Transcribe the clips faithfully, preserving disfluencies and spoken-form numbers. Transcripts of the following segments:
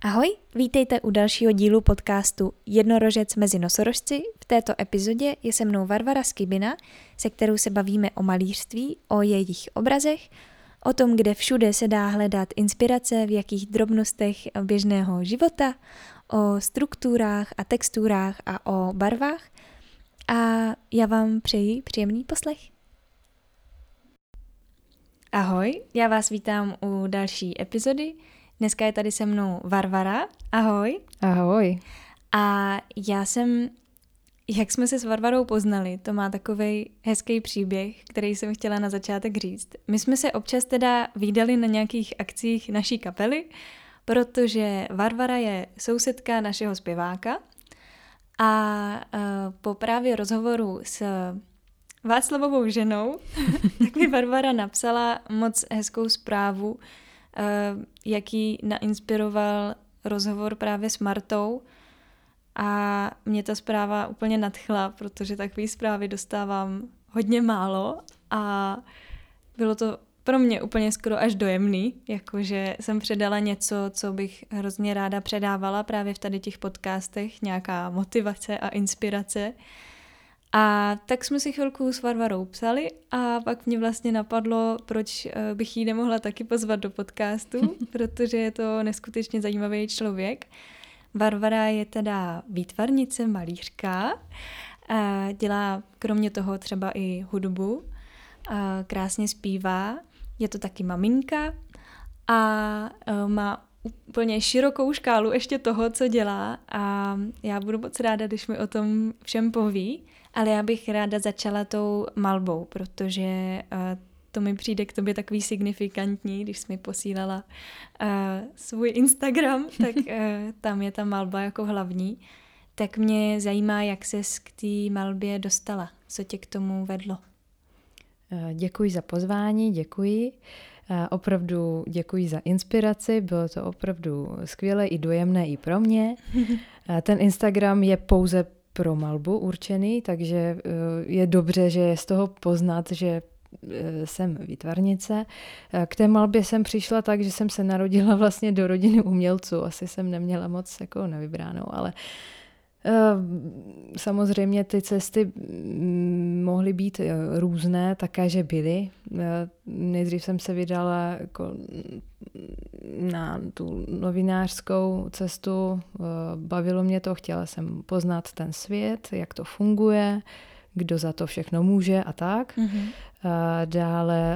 Ahoj, vítejte u dalšího dílu podcastu Jednorožec mezi nosorožci. V této epizodě je se mnou Varvara Skybina, se kterou se bavíme o malířství, o jejich obrazech, o tom, kde všude se dá hledat inspirace, v jakých drobnostech běžného života, o strukturách a texturách a o barvách. A já vám přeji příjemný poslech. Ahoj, já vás vítám u další epizody. Dneska je tady se mnou Varvara. Ahoj. Ahoj. A já jsem, jak jsme se s Varvarou poznali, to má takovej hezký příběh, který jsem chtěla na začátek říct. My jsme se občas teda vídali na nějakých akcích naší kapely, protože Varvara je sousedka našeho zpěváka a uh, po právě rozhovoru s Václavovou ženou, tak mi Varvara napsala moc hezkou zprávu, Uh, jaký nainspiroval rozhovor právě s Martou a mě ta zpráva úplně nadchla, protože takové zprávy dostávám hodně málo a bylo to pro mě úplně skoro až dojemný, jakože jsem předala něco, co bych hrozně ráda předávala právě v tady těch podcastech, nějaká motivace a inspirace. A tak jsme si chvilku s Varvarou psali a pak mě vlastně napadlo, proč bych jí nemohla taky pozvat do podcastu, protože je to neskutečně zajímavý člověk. Varvara je teda výtvarnice, malířka, dělá kromě toho třeba i hudbu, krásně zpívá, je to taky maminka a má úplně širokou škálu ještě toho, co dělá a já budu moc ráda, když mi o tom všem poví. Ale já bych ráda začala tou malbou, protože uh, to mi přijde k tobě takový signifikantní, když jsi mi posílala uh, svůj Instagram, tak uh, tam je ta malba jako hlavní. Tak mě zajímá, jak ses k té malbě dostala, co tě k tomu vedlo. Děkuji za pozvání, děkuji. Opravdu děkuji za inspiraci, bylo to opravdu skvělé i dojemné i pro mě. Ten Instagram je pouze pro malbu určený, takže je dobře, že je z toho poznat, že jsem výtvarnice. K té malbě jsem přišla tak, že jsem se narodila vlastně do rodiny umělců. Asi jsem neměla moc jako nevybránou, ale samozřejmě ty cesty mohly být různé, také, že byly. Nejdřív jsem se vydala jako na tu novinářskou cestu, bavilo mě to, chtěla jsem poznat ten svět, jak to funguje, kdo za to všechno může a tak. Mm-hmm. Dále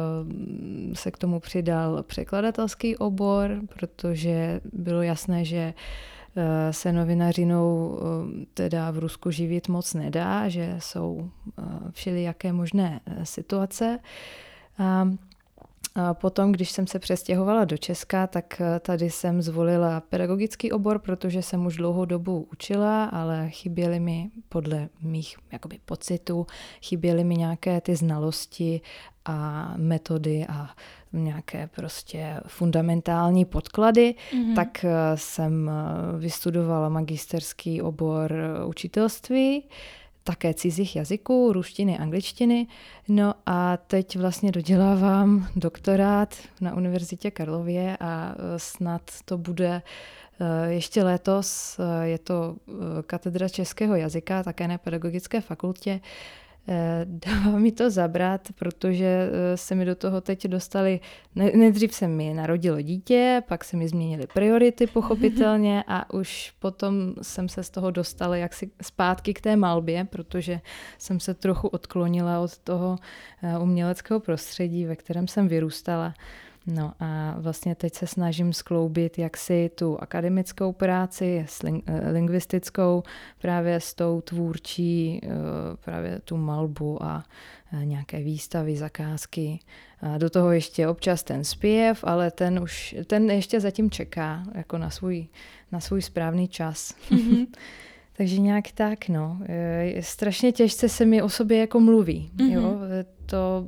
se k tomu přidal překladatelský obor, protože bylo jasné, že se novinařinou teda v Rusku živit moc nedá, že jsou všelijaké možné situace. A potom, když jsem se přestěhovala do Česka, tak tady jsem zvolila pedagogický obor, protože jsem už dlouhou dobu učila, ale chyběly mi podle mých jakoby pocitů, chyběly mi nějaké ty znalosti a metody a nějaké prostě fundamentální podklady, mm-hmm. tak jsem vystudovala magisterský obor učitelství, také cizích jazyků, ruštiny, angličtiny. No a teď vlastně dodělávám doktorát na Univerzitě Karlově a snad to bude ještě letos. Je to katedra českého jazyka, také na pedagogické fakultě. Dává mi to zabrat, protože se mi do toho teď dostali, nejdřív se mi narodilo dítě, pak se mi změnily priority pochopitelně a už potom jsem se z toho dostala jaksi zpátky k té malbě, protože jsem se trochu odklonila od toho uměleckého prostředí, ve kterém jsem vyrůstala. No a vlastně teď se snažím skloubit jaksi tu akademickou práci s lingvistickou právě s tou tvůrčí, právě tu malbu a nějaké výstavy, zakázky. A do toho ještě občas ten zpěv, ale ten už, ten ještě zatím čeká jako na svůj, na svůj správný čas. Mm-hmm. Takže nějak tak, no. Strašně těžce se mi o sobě jako mluví. Mm-hmm. Jo? To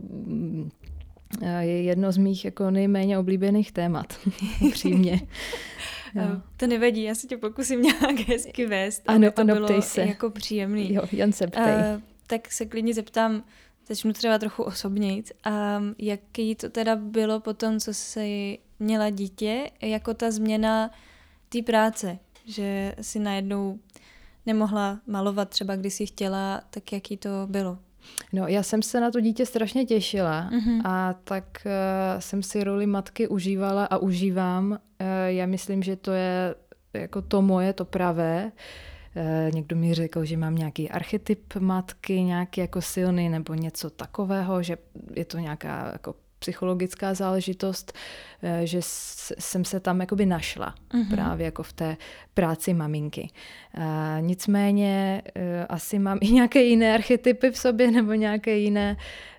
je jedno z mých jako nejméně oblíbených témat, upřímně. No. To nevadí, já se tě pokusím nějak hezky vést, ano, aby to ano, bylo ptej se. Jako příjemný. Jo, jen se ptej. Uh, tak se klidně zeptám, začnu třeba trochu osobnějc. Um, jaký to teda bylo po tom, co jsi měla dítě, jako ta změna té práce, že si najednou nemohla malovat třeba, když si chtěla, tak jaký to bylo? No, já jsem se na to dítě strašně těšila Mm-hmm. a tak uh, jsem si roli matky užívala a užívám. Uh, já myslím, že to je jako to moje, to pravé. Uh, někdo mi řekl, že mám nějaký archetyp matky, nějaký jako silný nebo něco takového, že je to nějaká jako psychologická záležitost, že jsem se tam jakoby našla mm-hmm. právě jako v té práci maminky. A nicméně asi mám i nějaké jiné archetypy v sobě nebo nějaké jiné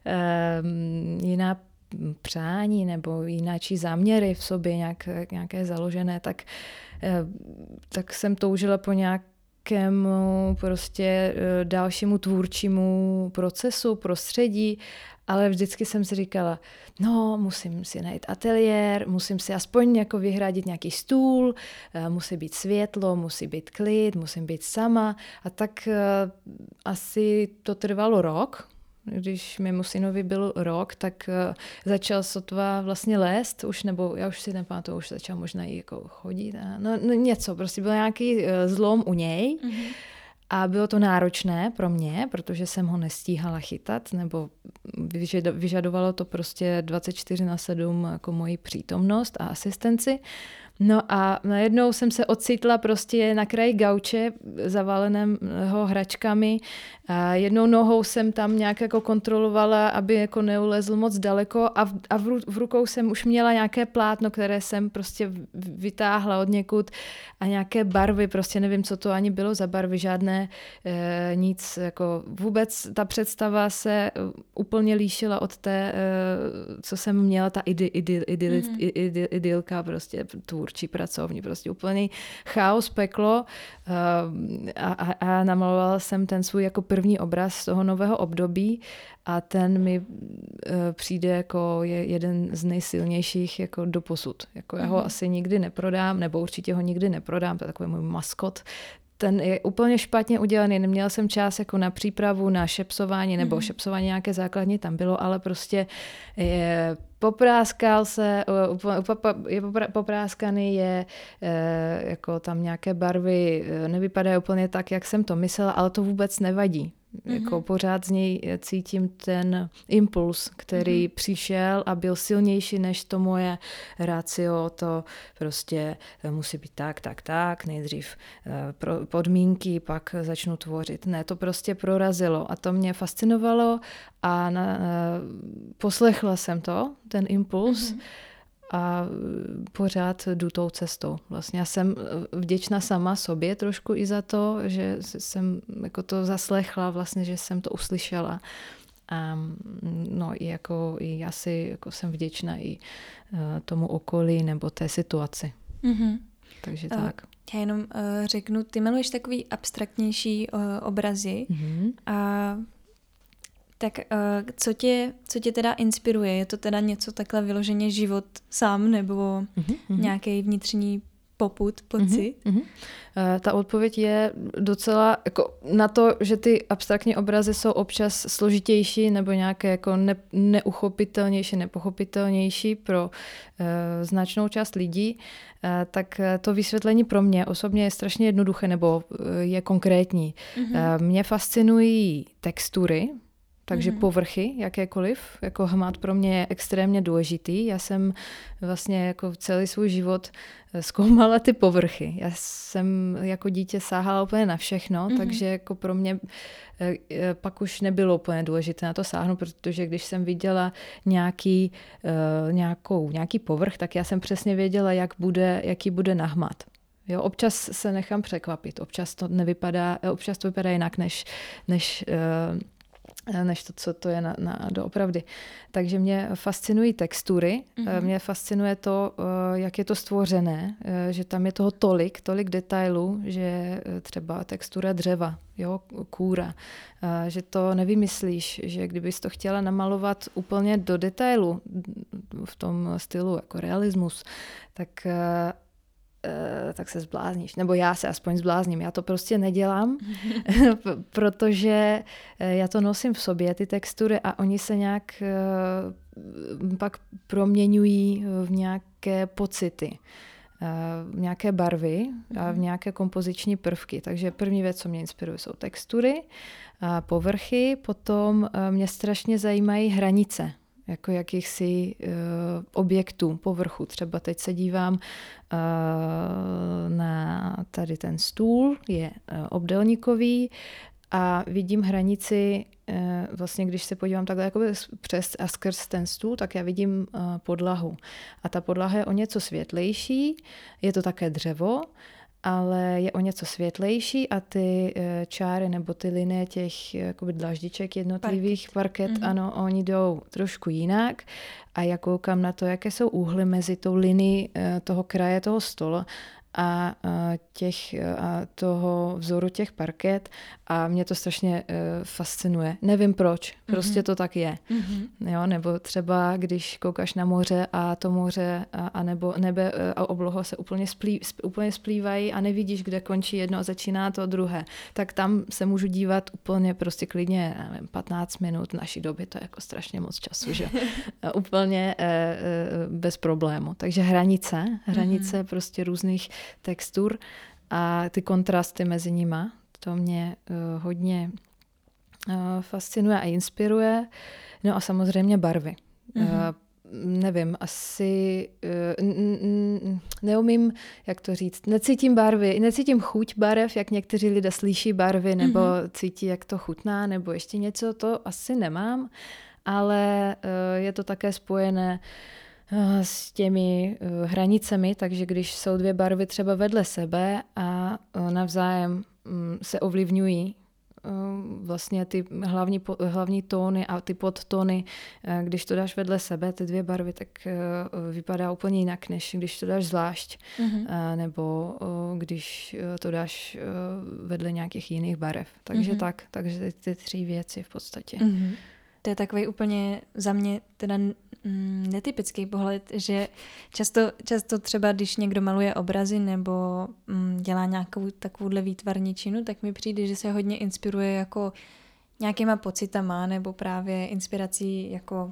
jiná přání nebo jináčí záměry v sobě, nějak, nějaké založené, tak, tak jsem toužila po nějak nějakému prostě dalšímu tvůrčímu procesu, prostředí, ale vždycky jsem si říkala, no, musím si najít ateliér, musím si aspoň jako vyhradit nějaký stůl, musí být světlo, musí být klid, musím být sama. A tak asi to trvalo rok. Když mému synovi byl rok, tak uh, začal sotva vlastně lézt, už nebo já už si nepamatuju, už začal možná i jako chodit. A no, no něco, prostě byl nějaký uh, zlom u něj mm-hmm. a bylo to náročné pro mě, protože jsem ho nestíhala chytat, nebo vyžadovalo to prostě dvacet čtyři na sedm jako moji přítomnost a asistenci. No a najednou jsem se ocitla prostě na kraji gauče zavaleného hračkami. A jednou nohou jsem tam nějak jako kontrolovala, aby jako neulezl moc daleko a v, a v, v rukou jsem už měla nějaké plátno, které jsem prostě vytáhla od někud a nějaké barvy, prostě nevím, co to ani bylo za barvy, žádné e, nic, jako vůbec ta představa se úplně líšila od té, e, co jsem měla, ta idy, idy, idy, mm-hmm. idy, idylka prostě tvůrčí pracovní, prostě úplný chaos, peklo a, a, a namalovala jsem ten svůj jako první obraz z toho nového období a ten mi přijde jako je jeden z nejsilnějších jako doposud. Jako já ho mm-hmm. asi nikdy neprodám, nebo určitě ho nikdy neprodám, to je takový můj maskot. Ten je úplně špatně udělaný, neměla jsem čas jako na přípravu, na šepsování, nebo mm-hmm. šepsování nějaké základní tam bylo, ale prostě je, popráskal se, je popráskaný, je jako tam nějaké barvy, nevypadají úplně tak, jak jsem to myslela, ale to vůbec nevadí. Mm-hmm. Jako pořád z něj cítím ten impuls, který mm-hmm. přišel a byl silnější než to moje ratio, to prostě musí být tak, tak, tak, nejdřív podmínky, pak začnu tvořit. Ne, to prostě prorazilo a to mě fascinovalo a na, poslechla jsem to, ten impuls, mm-hmm. a pořád jdu tou cestou. Vlastně já jsem vděčná sama sobě trošku i za to, že jsem jako to zaslechla, vlastně, že jsem to uslyšela. A no i jako i asi jako jsem vděčná i tomu okolí nebo té situaci. Mm-hmm. Takže uh, tak. Já jenom uh, řeknu, ty maluješ takový abstraktnější uh, obrazy mm-hmm. a tak uh, co tě, co tě teda inspiruje? Je to teda něco takhle vyloženě život sám nebo mm-hmm. nějaký vnitřní popud, pocit? Mm-hmm. Uh, ta odpověď je docela jako na to, že ty abstraktní obrazy jsou občas složitější nebo nějaké jako ne, neuchopitelnější, nepochopitelnější pro uh, značnou část lidí, uh, tak to vysvětlení pro mě osobně je strašně jednoduché nebo uh, je konkrétní. Mm-hmm. Uh, mě fascinují textury, takže mm-hmm. povrchy, jakékoliv, jako hmat pro mě je extrémně důležitý. Já jsem vlastně jako celý svůj život zkoumala ty povrchy. Já jsem jako dítě sáhala úplně na všechno, mm-hmm. takže jako pro mě pak už nebylo úplně důležité na to sáhnout, protože když jsem viděla nějaký, nějakou, nějaký povrch, tak já jsem přesně věděla, jak bude, jaký bude na hmat. Jo, občas se nechám překvapit, občas to nevypadá, občas to vypadá jinak, než, než než to, co to je na, na, doopravdy. Takže mě fascinují textury, mm-hmm. mě fascinuje to, jak je to stvořené, že tam je toho tolik, tolik detailů, že třeba textura dřeva, jo, kůra, že to nevymyslíš, že kdybys to chtěla namalovat úplně do detailu v tom stylu jako realismus, tak tak se zblázníš. Nebo já se aspoň zblázním. Já to prostě nedělám, protože já to nosím v sobě, ty textury, a oni se nějak pak proměňují v nějaké pocity. nějaké barvy a v nějaké kompoziční prvky. Takže první věc, co mě inspiruje, jsou textury, a povrchy, potom mě strašně zajímají hranice, jako jakýchsi uh, objektů, povrchu. Třeba teď se dívám uh, na tady ten stůl, je uh, obdélníkový a vidím hranici, uh, vlastně když se podívám takhle jako přes a skrz ten stůl, tak já vidím uh, podlahu. A ta podlaha je o něco světlejší, je to také dřevo, ale je o něco světlejší a ty čáry nebo ty linie těch jakoby dlaždiček jednotlivých parket, parket mm-hmm. ano, oni jdou trošku jinak a já koukám na to, jaké jsou úhly mezi tou linií toho kraje toho stola a těch, a toho vzoru těch parket a mě to strašně uh, fascinuje. Nevím proč, prostě mm-hmm. to tak je. Mm-hmm. Jo, nebo třeba, když koukáš na moře a to moře a, a nebo nebe a obloha se úplně, splý, úplně splývají a nevidíš, kde končí jedno a začíná to druhé, tak tam se můžu dívat úplně prostě klidně nevím, patnáct minut. V naší době to je jako strašně moc času, že? úplně uh, uh, bez problému. Takže hranice, hranice mm-hmm. prostě různých textur a ty kontrasty mezi nima, to mě uh, hodně uh, fascinuje a inspiruje. No a samozřejmě barvy. Mm-hmm. Uh, nevím, asi uh, n- n- neumím, jak to říct, necítím barvy, necítím chuť barev, jak někteří lidé slyší barvy, nebo mm-hmm. cítí, jak to chutná, nebo ještě něco, to asi nemám, ale uh, je to také spojené s těmi hranicemi, takže když jsou dvě barvy třeba vedle sebe a navzájem se ovlivňují vlastně ty hlavní, hlavní tóny a ty podtóny, když to dáš vedle sebe, ty dvě barvy, tak vypadá úplně jinak, než když to dáš zvlášť, mm-hmm. nebo když to dáš vedle nějakých jiných barev. Takže mm-hmm. tak, takže ty tři věci v podstatě. Mm-hmm. To je takový úplně za mě teda netypický pohled, že často, často třeba, když někdo maluje obrazy nebo dělá nějakou takovouhle výtvarničinu, tak mi přijde, že se hodně inspiruje jako nějakýma pocitama nebo právě inspirací jako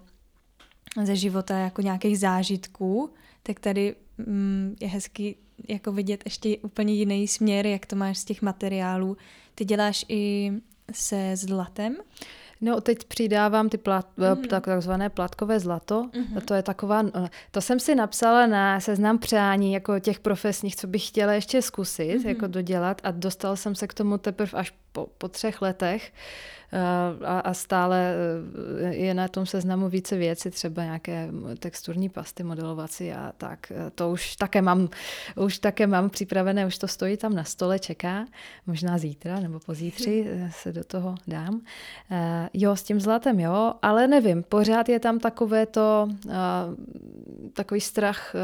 ze života, jako nějakých zážitků, tak tady je hezky jako vidět ještě úplně jiný směr, jak to máš z těch materiálů. Ty děláš i se zlatem? No, teď přidávám ty plat, mm. tak, takzvané platkové zlato. Mm-hmm. To je taková, to jsem si napsala na seznam přání jako těch profesních, co bych chtěla ještě zkusit, mm-hmm. jako dodělat a dostala jsem se k tomu teprve až po, po třech letech. A, a stále je na tom seznamu více věcí, třeba nějaké texturní pasty, modelovací a tak. To už také mám, už také mám připravené, už to stojí tam na stole, čeká. Možná zítra nebo pozítří se do toho dám. Jo, s tím zlatem, jo, ale nevím, pořád je tam takové to, takový strach,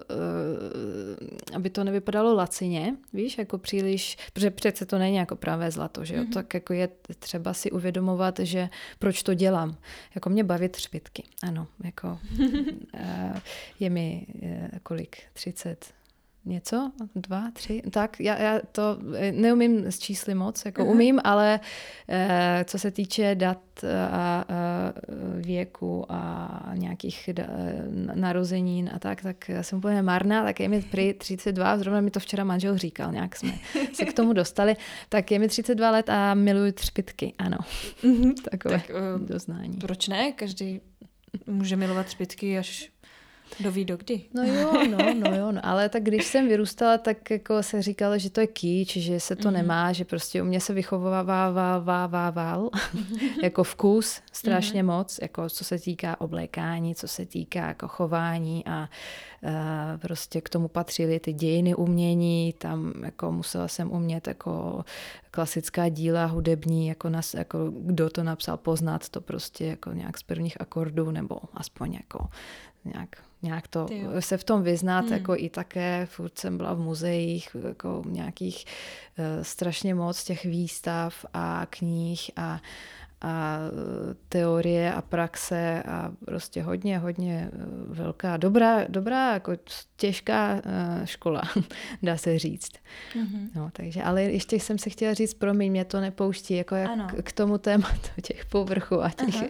aby to nevypadalo lacině, víš, jako příliš, protože přece to není jako pravé zlato, že jo, mm-hmm. tak jako je třeba si uvědomovat, že proč to dělám. Jako mě baví třpytky, ano, jako je mi kolik, třicet něco, dva, tři, tak já, já to neumím s čísly moc, jako uh-huh. umím, ale eh, co se týče dat a, a věku a nějakých da, narozenin a tak, tak jsem úplně marná, tak je mi prý třicet dva, zrovna mi to včera manžel říkal, nějak jsme se k tomu dostali, tak je mi třicet dva let a miluji třpytky, ano. Uh-huh. Takové tak, uh, doznání. Proč ne? Každý může milovat třpytky až doví dokdy. No jo, no, no jo, no, ale tak když jsem vyrůstala, tak jako se říkalo, že to je kýč, že se to mm-hmm. nemá, že prostě u mě se vychovávával jako vkus strašně mm-hmm. moc, jako co se týká oblékání, co se týká jako chování a uh, prostě k tomu patřily ty dějiny umění, tam jako musela jsem umět jako klasická díla hudební, jako, nas, jako kdo to napsal, poznat to prostě jako nějak z prvních akordů, nebo aspoň jako nějak nějak to se v tom vyznat, hmm. jako i také furt jsem byla v muzeích, jako nějakých uh, strašně moc těch výstav a knih a, a teorie a praxe a prostě hodně, hodně velká, dobrá, dobrá jako těžká uh, škola, dá se říct. Mm-hmm. No, takže, ale ještě jsem se chtěla říct, promiň, mě to nepouští, jako jak k tomu tématu těch povrchů a těch Aha.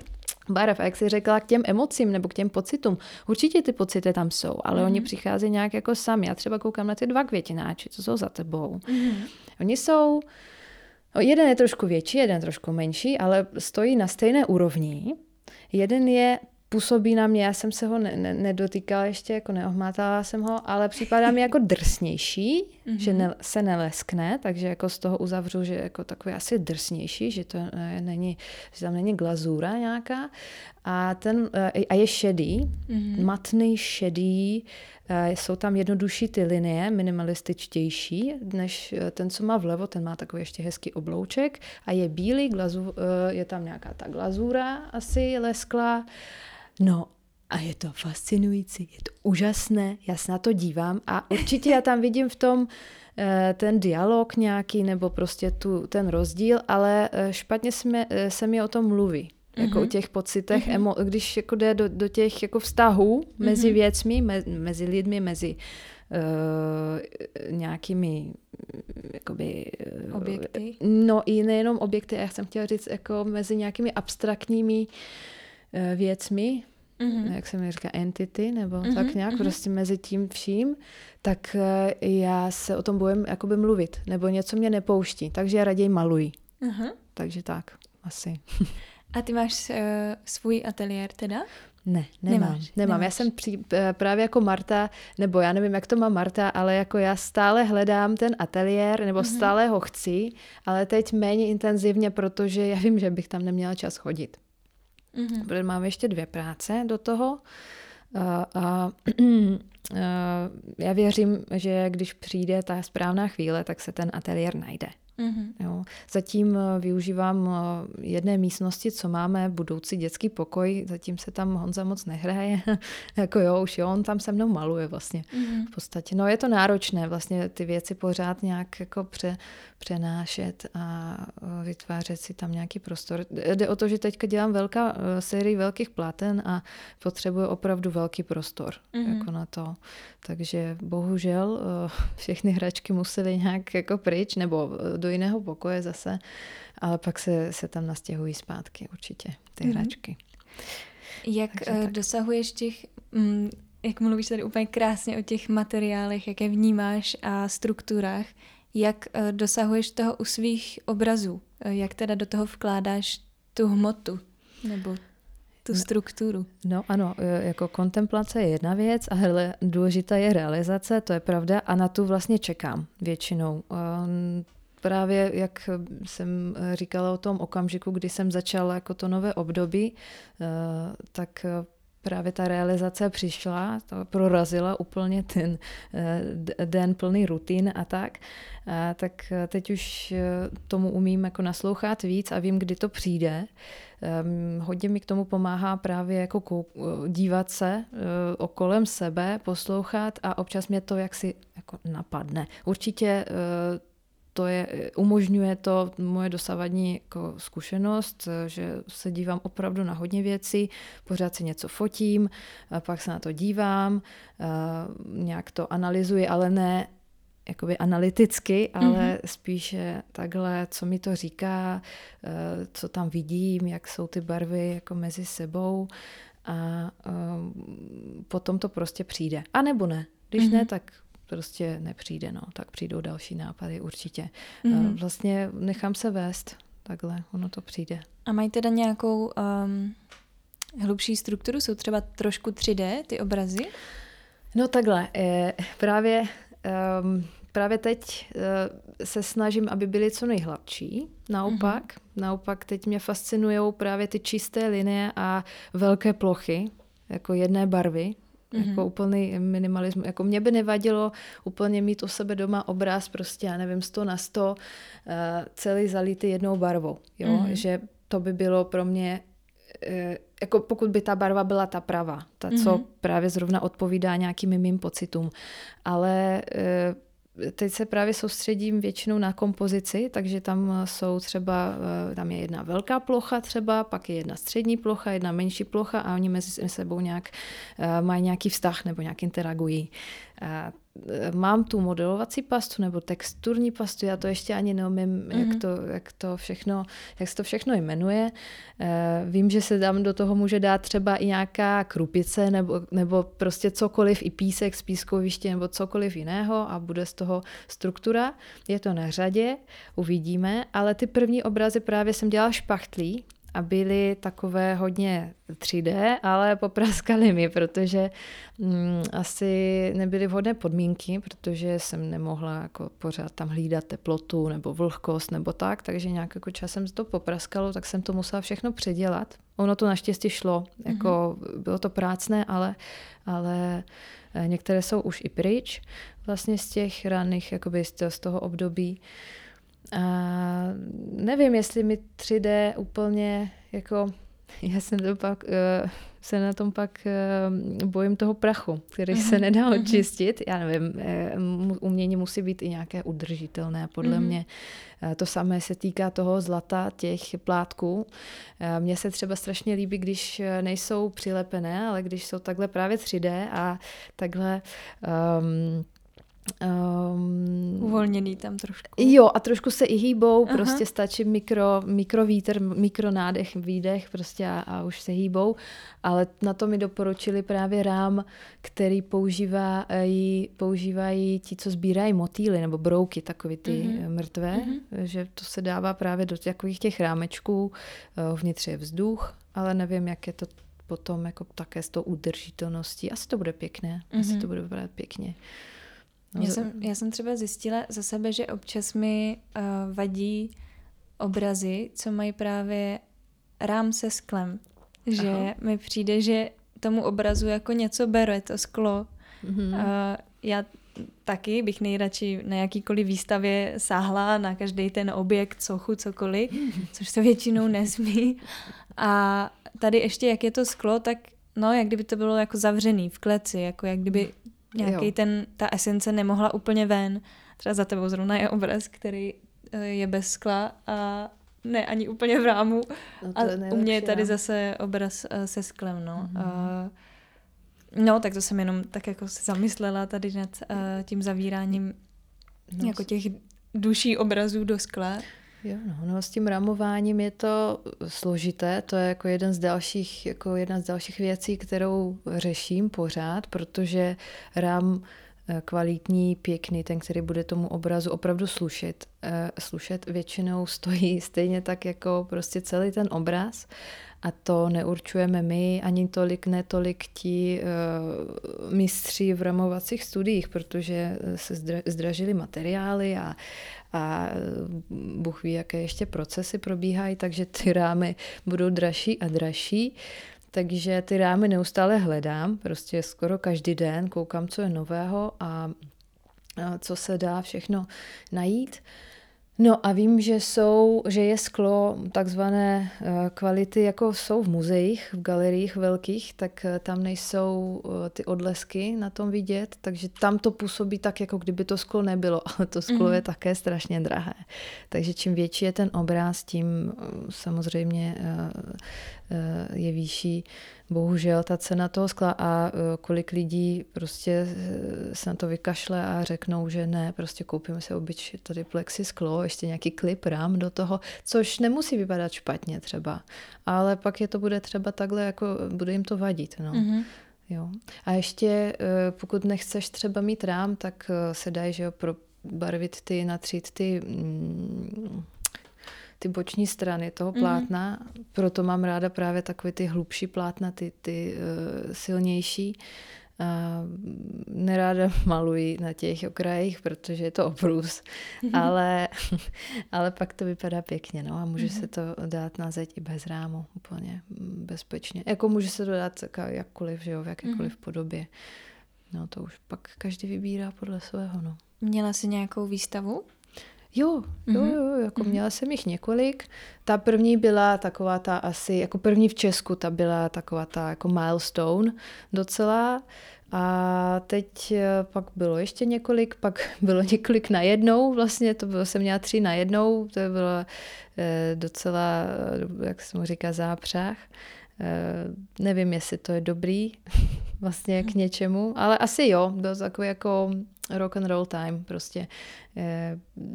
barev. A jak jsi řekla, k těm emocím nebo k těm pocitům, určitě ty pocity tam jsou, ale mm-hmm. oni přicházejí nějak jako sami. Já třeba koukám na ty dva květináči, co jsou za tebou. Mm-hmm. Oni jsou, jeden je trošku větší, jeden trošku menší, ale stojí na stejné úrovni. Jeden je působí na mě, já jsem se ho ne, ne, nedotýkala ještě, jako neohmátala jsem ho, ale připadá mi jako drsnější, mm-hmm. že ne, se neleskne, takže jako z toho uzavřu, že jako takový asi drsnější, že to je, není, že tam není glazura nějaká. A, ten, a je šedý, mm-hmm. matný, šedý, jsou tam jednodušší ty linie, minimalističtější, než ten, co má vlevo, ten má takový ještě hezký oblouček a je bílý, glazu, je tam nějaká ta glazura asi lesklá. No a je to fascinující, je to úžasné, já se na to dívám a určitě já tam vidím v tom ten dialog nějaký nebo prostě tu, ten rozdíl, ale špatně se mi, se mi o tom mluví. Jako mm-hmm. o těch pocitech, mm-hmm. emo, když jako jde do, do těch jako vztahů mm-hmm. mezi věcmi, me, mezi lidmi, mezi uh, nějakými jakoby, uh, objekty. No i nejenom objekty, já jsem chtěla říct, jako mezi nějakými abstraktními uh, věcmi, mm-hmm. jak se mi říká, entity, nebo mm-hmm. tak nějak, mm-hmm. prostě mezi tím vším, tak uh, já se o tom bojím jakoby mluvit, nebo něco mě nepouští, takže já raději maluji. Mm-hmm. Takže tak, asi. A ty máš uh, svůj ateliér teda? Ne, nemám. Nemáš, nemám. Nemáš. Já jsem při, právě jako Marta, nebo já nevím, jak to má Marta, ale jako já stále hledám ten ateliér, nebo mm-hmm. stále ho chci, ale teď méně intenzivně, protože já vím, že bych tam neměla čas chodit. Mm-hmm. Protože mám ještě dvě práce do toho a, a, a já věřím, že když přijde ta správná chvíle, tak se ten ateliér najde. Mm-hmm. Jo. Zatím využívám jedné místnosti, co máme, budoucí dětský pokoj, zatím se tam Honza moc nehraje, jako jo, už jo, on tam se mnou maluje vlastně mm-hmm. v podstatě. No je to náročné vlastně ty věci pořád nějak jako pře, přenášet a vytvářet si tam nějaký prostor. Jde o to, že teďka dělám velká sérii velkých platen a potřebuji opravdu velký prostor mm-hmm. jako na to. Takže bohužel všechny hračky musely nějak jako pryč nebo do jiného pokoje zase, ale pak se, se tam nastěhují zpátky určitě ty mm-hmm. hračky. Jak uh, dosahuješ těch, mm, jak mluvíš tady úplně krásně o těch materiálech, jak je vnímáš a strukturách, jak uh, dosahuješ toho u svých obrazů? Uh, jak teda do toho vkládáš tu hmotu nebo tu strukturu? No ano, jako kontemplace je jedna věc a hele, důležitá je realizace, to je pravda a na tu vlastně čekám většinou. Um, Právě jak jsem říkala o tom okamžiku, kdy jsem začala jako to nové období, tak právě ta realizace přišla, to prorazila úplně ten den plný rutin a tak. A tak teď už tomu umím jako naslouchat víc a vím, kdy to přijde. Hodně mi k tomu pomáhá právě jako dívat se okolem sebe, poslouchat a občas mě to jaksi jako napadne. Určitě to je, umožňuje to moje dosavadní jako zkušenost, že se dívám opravdu na hodně věcí, pořád si něco fotím, a pak se na to dívám, nějak to analyzuji, ale ne jakoby analyticky, ale mm-hmm. spíše takhle, co mi to říká, co tam vidím, jak jsou ty barvy jako mezi sebou a potom to prostě přijde. A nebo ne. Když mm-hmm. ne, tak prostě nepřijde, no, tak přijdou další nápady určitě. Mm-hmm. Vlastně nechám se vést, takhle, ono to přijde. A mají teda nějakou um, hlubší strukturu? Jsou třeba trošku tři dé ty obrazy? No takhle, eh, právě, um, právě teď uh, se snažím, aby byly co nejhladší, naopak. Mm-hmm. Naopak teď mě fascinují právě ty čisté linie a velké plochy, jako jedné barvy. Mm-hmm. Jako úplný minimalismus. Jako mě by nevadilo úplně mít u sebe doma obraz prostě, já nevím, sto na sto, uh, celý zalitý jednou barvou. Jo? Mm-hmm. Že to by bylo pro mě, uh, jako pokud by ta barva byla ta pravá, ta, mm-hmm. co právě zrovna odpovídá nějakým mým pocitům. Ale uh, teď se právě soustředím většinou na kompozici, takže tam jsou třeba, tam je jedna velká plocha třeba, pak je jedna střední plocha, jedna menší plocha a oni mezi sebou nějak mají nějaký vztah nebo nějak interagují. mám tu modelovací pastu nebo texturní pastu, já to ještě ani neumím, mm-hmm. jak, to, jak, to všechno, jak se to všechno jmenuje. Vím, že se tam do toho může dát třeba i nějaká krupice nebo, nebo prostě cokoliv, i písek z pískoviště nebo cokoliv jiného a bude z toho struktura. Je to na řadě, uvidíme, ale ty první obrazy právě jsem dělala špachtlí a byly takové hodně tři dé, ale popraskali mi, protože mm, asi nebyly vhodné podmínky, protože jsem nemohla jako pořád tam hlídat teplotu nebo vlhkost nebo tak, takže nějak jako časem to popraskalo, tak jsem to musela všechno předělat. Ono to naštěstí šlo, mm-hmm. jako bylo to prácné, ale, ale některé jsou už i pryč vlastně z těch raných, jakoby z toho období. A nevím, jestli mi tři dé úplně jako, já jsem to pak, uh, se na tom pak uh, bojím toho prachu, který uh-huh. se nedá očistit. Já nevím, uh, umění musí být i nějaké udržitelné, podle uh-huh. mě. Uh, to samé se týká toho zlata, těch plátků. Uh, mně se třeba strašně líbí, když nejsou přilepené, ale když jsou takhle právě tři dé a takhle um, Um, uvolněný tam trošku. Jo, a trošku se i hýbou, Aha. prostě stačí mikro, mikrovítr, mikronádech, výdech prostě a, a už se hýbou, ale na to mi doporučili právě rám, který používají, používají ti, co sbírají motýly nebo brouky, takový ty mm-hmm. mrtvé, mm-hmm. že to se dává právě do takových těch rámečků, uvnitř je vzduch, ale nevím, jak je to potom jako také s tou udržitelností. Asi to bude pěkné, mm-hmm. asi to bude vypadat pěkně. No, já, jsem, já jsem třeba zjistila za sebe, že občas mi uh, vadí obrazy, co mají právě rám se sklem. Že Aha. mi přijde, že tomu obrazu jako něco bere to sklo. Mm-hmm. Uh, já taky bych nejradši na jakýkoliv výstavě sáhla na každý ten objekt, sochu, cokoliv, mm-hmm. což se většinou nesmí. A tady ještě, jak je to sklo, tak no, jak kdyby to bylo jako zavřený v kleci, jako jak kdyby nějaký ten, ta esence nemohla úplně ven. Třeba za tebou zrovna je obraz, který je bez skla a ne ani úplně v rámu. No a u mě je tady zase obraz se sklem. No. Mm-hmm. Uh, no, tak to jsem jenom tak jako se zamyslela tady nad uh, tím zavíráním no, jako těch duší obrazů do skla. Jo, no, no, s tím ramováním je to složité, to je jako jeden z dalších, jako jedna z dalších věcí, kterou řeším pořád, protože rám kvalitní, pěkný, ten, který bude tomu obrazu opravdu slušet, slušet většinou stojí stejně tak jako prostě celý ten obraz. A to neurčujeme my, ani tolik, ne tolik ti uh, mistři v ramovacích studiích, protože se zdra, zdražily materiály a, a Bůh ví, jaké ještě procesy probíhají, takže ty rámy budou dražší a dražší. Takže ty rámy neustále hledám, prostě skoro každý den koukám, co je nového a, a co se dá všechno najít. No a vím, že jsou, že je sklo takzvané kvality, jako jsou v muzeích, v galeriích velkých, tak tam nejsou ty odlesky na tom vidět, takže tam to působí tak, jako kdyby to sklo nebylo, ale to sklo mm. je také strašně drahé. Takže čím větší je ten obraz, tím samozřejmě je vyšší bohužel ta cena toho skla a kolik lidí prostě se na to vykašle a řeknou, že ne, prostě koupíme si obyč tady plexi sklo, ještě nějaký klip rám do toho, což nemusí vypadat špatně třeba, ale pak je to bude třeba takhle, jako bude jim to vadit, no. Mm-hmm. Jo. A ještě pokud nechceš třeba mít rám, tak se dají, že jo, probarvit ty, natřít ty mm, ty boční strany toho plátna, mm. proto mám ráda právě takové ty hlubší plátna, ty, ty uh, silnější. Uh, neráda maluji na těch okrajích, protože je to obrus, mm. ale, ale pak to vypadá pěkně, no, a může mm. se to dát na zeď i bez rámu, úplně bezpečně. Jako může se to dát jakkoliv, že jo, v jakékoliv mm. podobě. No to už pak každý vybírá podle svého, no. Měla jsi nějakou výstavu? Jo, jo, jo, jako měla jsem jich několik. Ta první byla taková ta asi, jako první v Česku, ta byla taková ta jako milestone docela. A teď pak bylo ještě několik, pak bylo několik najednou, vlastně to bylo, jsem měla tři najednou, to bylo eh, docela, jak se mu říká, zápřah. Eh, nevím, jestli to je dobrý vlastně k něčemu, ale asi jo, byl takový jako rock and roll time, prostě eh,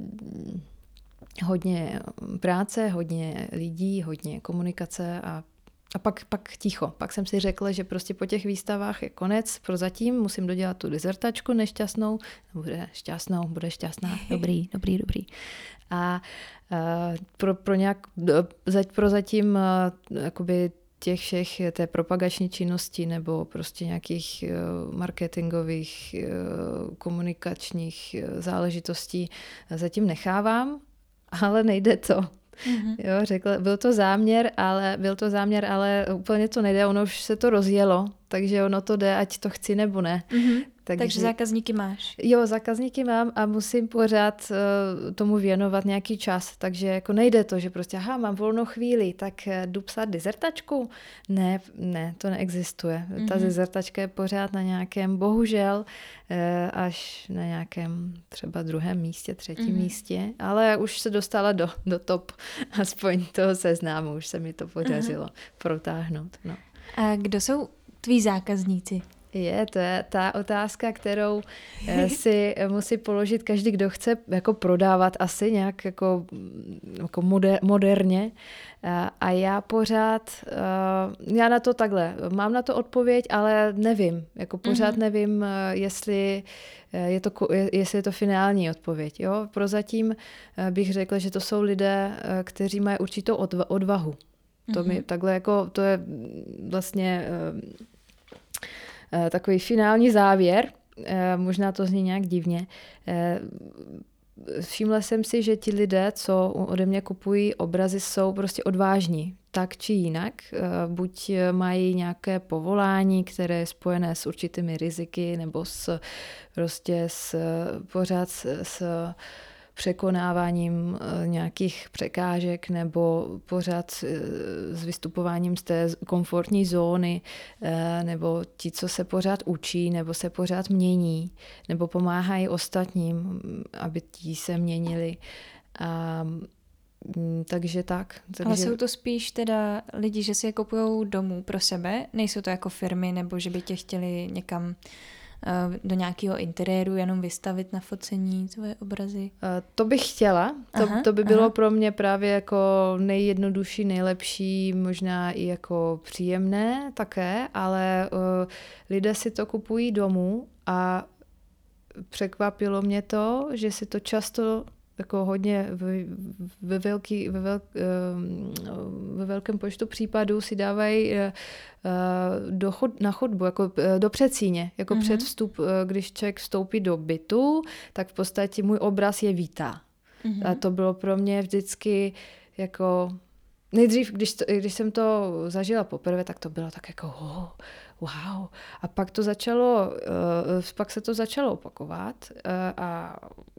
hodně práce, hodně lidí, hodně komunikace a A pak, pak ticho. Pak jsem si řekla, že prostě po těch výstavách je konec. Prozatím musím dodělat tu dizertačku nešťastnou. Bude šťastnou, bude šťastná. Dobrý, dobrý, dobrý. A uh, pro, pro nějak, prozatím uh, jakoby těch všech té propagační činnosti nebo prostě nějakých uh, marketingových, uh, komunikačních uh, záležitostí zatím nechávám, ale nejde to. Mm-hmm. Jo, řekla, byl to záměr, ale byl to záměr, ale úplně to nejde, ono už se to rozjelo, takže ono to jde, ať to chci nebo ne. Mm-hmm. Takže, takže zákazníky máš. Jo, zákazníky mám a musím pořád uh, tomu věnovat nějaký čas, takže jako nejde to, že prostě aha, mám volnou chvíli, tak uh, jdu psát dizertačku. Ne, ne, to neexistuje. Mm-hmm. Ta dizertačka je pořád na nějakém, bohužel, uh, až na nějakém třeba druhém místě, třetím mm-hmm. místě, ale už se dostala do, do top, aspoň toho seznámu, už se mi to podařilo mm-hmm. protáhnout. No. A kdo jsou tví zákazníci? Je, to je ta otázka, kterou si musí položit každý, kdo chce jako prodávat asi nějak jako, jako moder, moderně. A já pořád, já na to takhle, mám na to odpověď, ale nevím. Jako pořád mm-hmm. nevím, jestli je to, jestli je to finální odpověď. Jo? Prozatím bych řekla, že to jsou lidé, kteří mají určitou odvahu. To mm-hmm. mi takhle jako, to je vlastně takový finální závěr, možná to zní nějak divně. Všimla jsem si, že ti lidé, co ode mě kupují obrazy, jsou prostě odvážní, tak či jinak. Buď mají nějaké povolání, které je spojené s určitými riziky, nebo s, prostě s, pořád s, s překonáváním nějakých překážek nebo pořád s vystupováním z té komfortní zóny, nebo ti, co se pořád učí, nebo se pořád mění, nebo pomáhají ostatním, aby ti se měnili. A, takže tak. Takže... Ale jsou to spíš teda lidi, že si je kupují domů pro sebe? Nejsou to jako firmy, nebo že by tě chtěli někam do nějakého interiéru jenom vystavit na focení tvoje obrazy? To bych chtěla. To, aha, to by bylo aha. pro mě právě jako nejjednodušší, nejlepší, možná i jako příjemné také, ale uh, lidé si to kupují domů a překvapilo mě to, že si to často jako hodně ve, ve, velký, ve, vel, ve velkém počtu případů si dávají do chod, na chodbu, jako do předsíně, jako mm-hmm. před vstup, když člověk vstoupí do bytu, tak v podstatě můj obraz je vítá. Mm-hmm. A to bylo pro mě vždycky jako nejdřív, když, to, když jsem to zažila poprvé, tak to bylo tak jako oh, wow. A pak to začalo, uh, pak se to začalo opakovat uh, a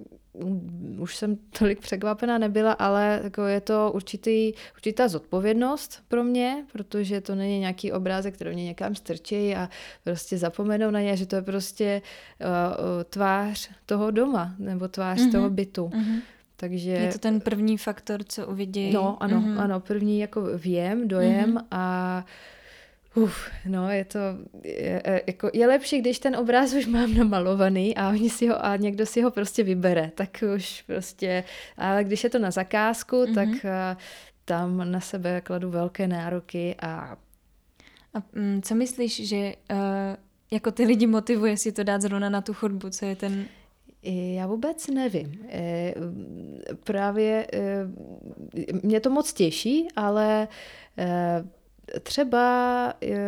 už jsem tolik překvapená nebyla, ale jako je to určitý, určitá zodpovědnost pro mě, protože to není nějaký obrázek, který mě někam strčí a prostě zapomenou na ně, že to je prostě uh, tvář toho doma nebo tvář mm-hmm. toho bytu. Mm-hmm. Takže, je to ten první faktor, co uvidí. No, ano, mm-hmm. ano, první jako věm, dojem mm-hmm. a uf, no, je to, je, jako, je lepší, když ten obráz už mám namalovaný a oni si ho, a někdo si ho prostě vybere, tak už prostě, ale když je to na zakázku, mm-hmm. tak uh, tam na sebe kladu velké nároky a... A um, co myslíš, že uh, jako ty lidi motivuje si to dát zrovna na tu chodbu, co je ten... Já vůbec nevím. E, právě e, mě to moc těší, ale e, třeba, e,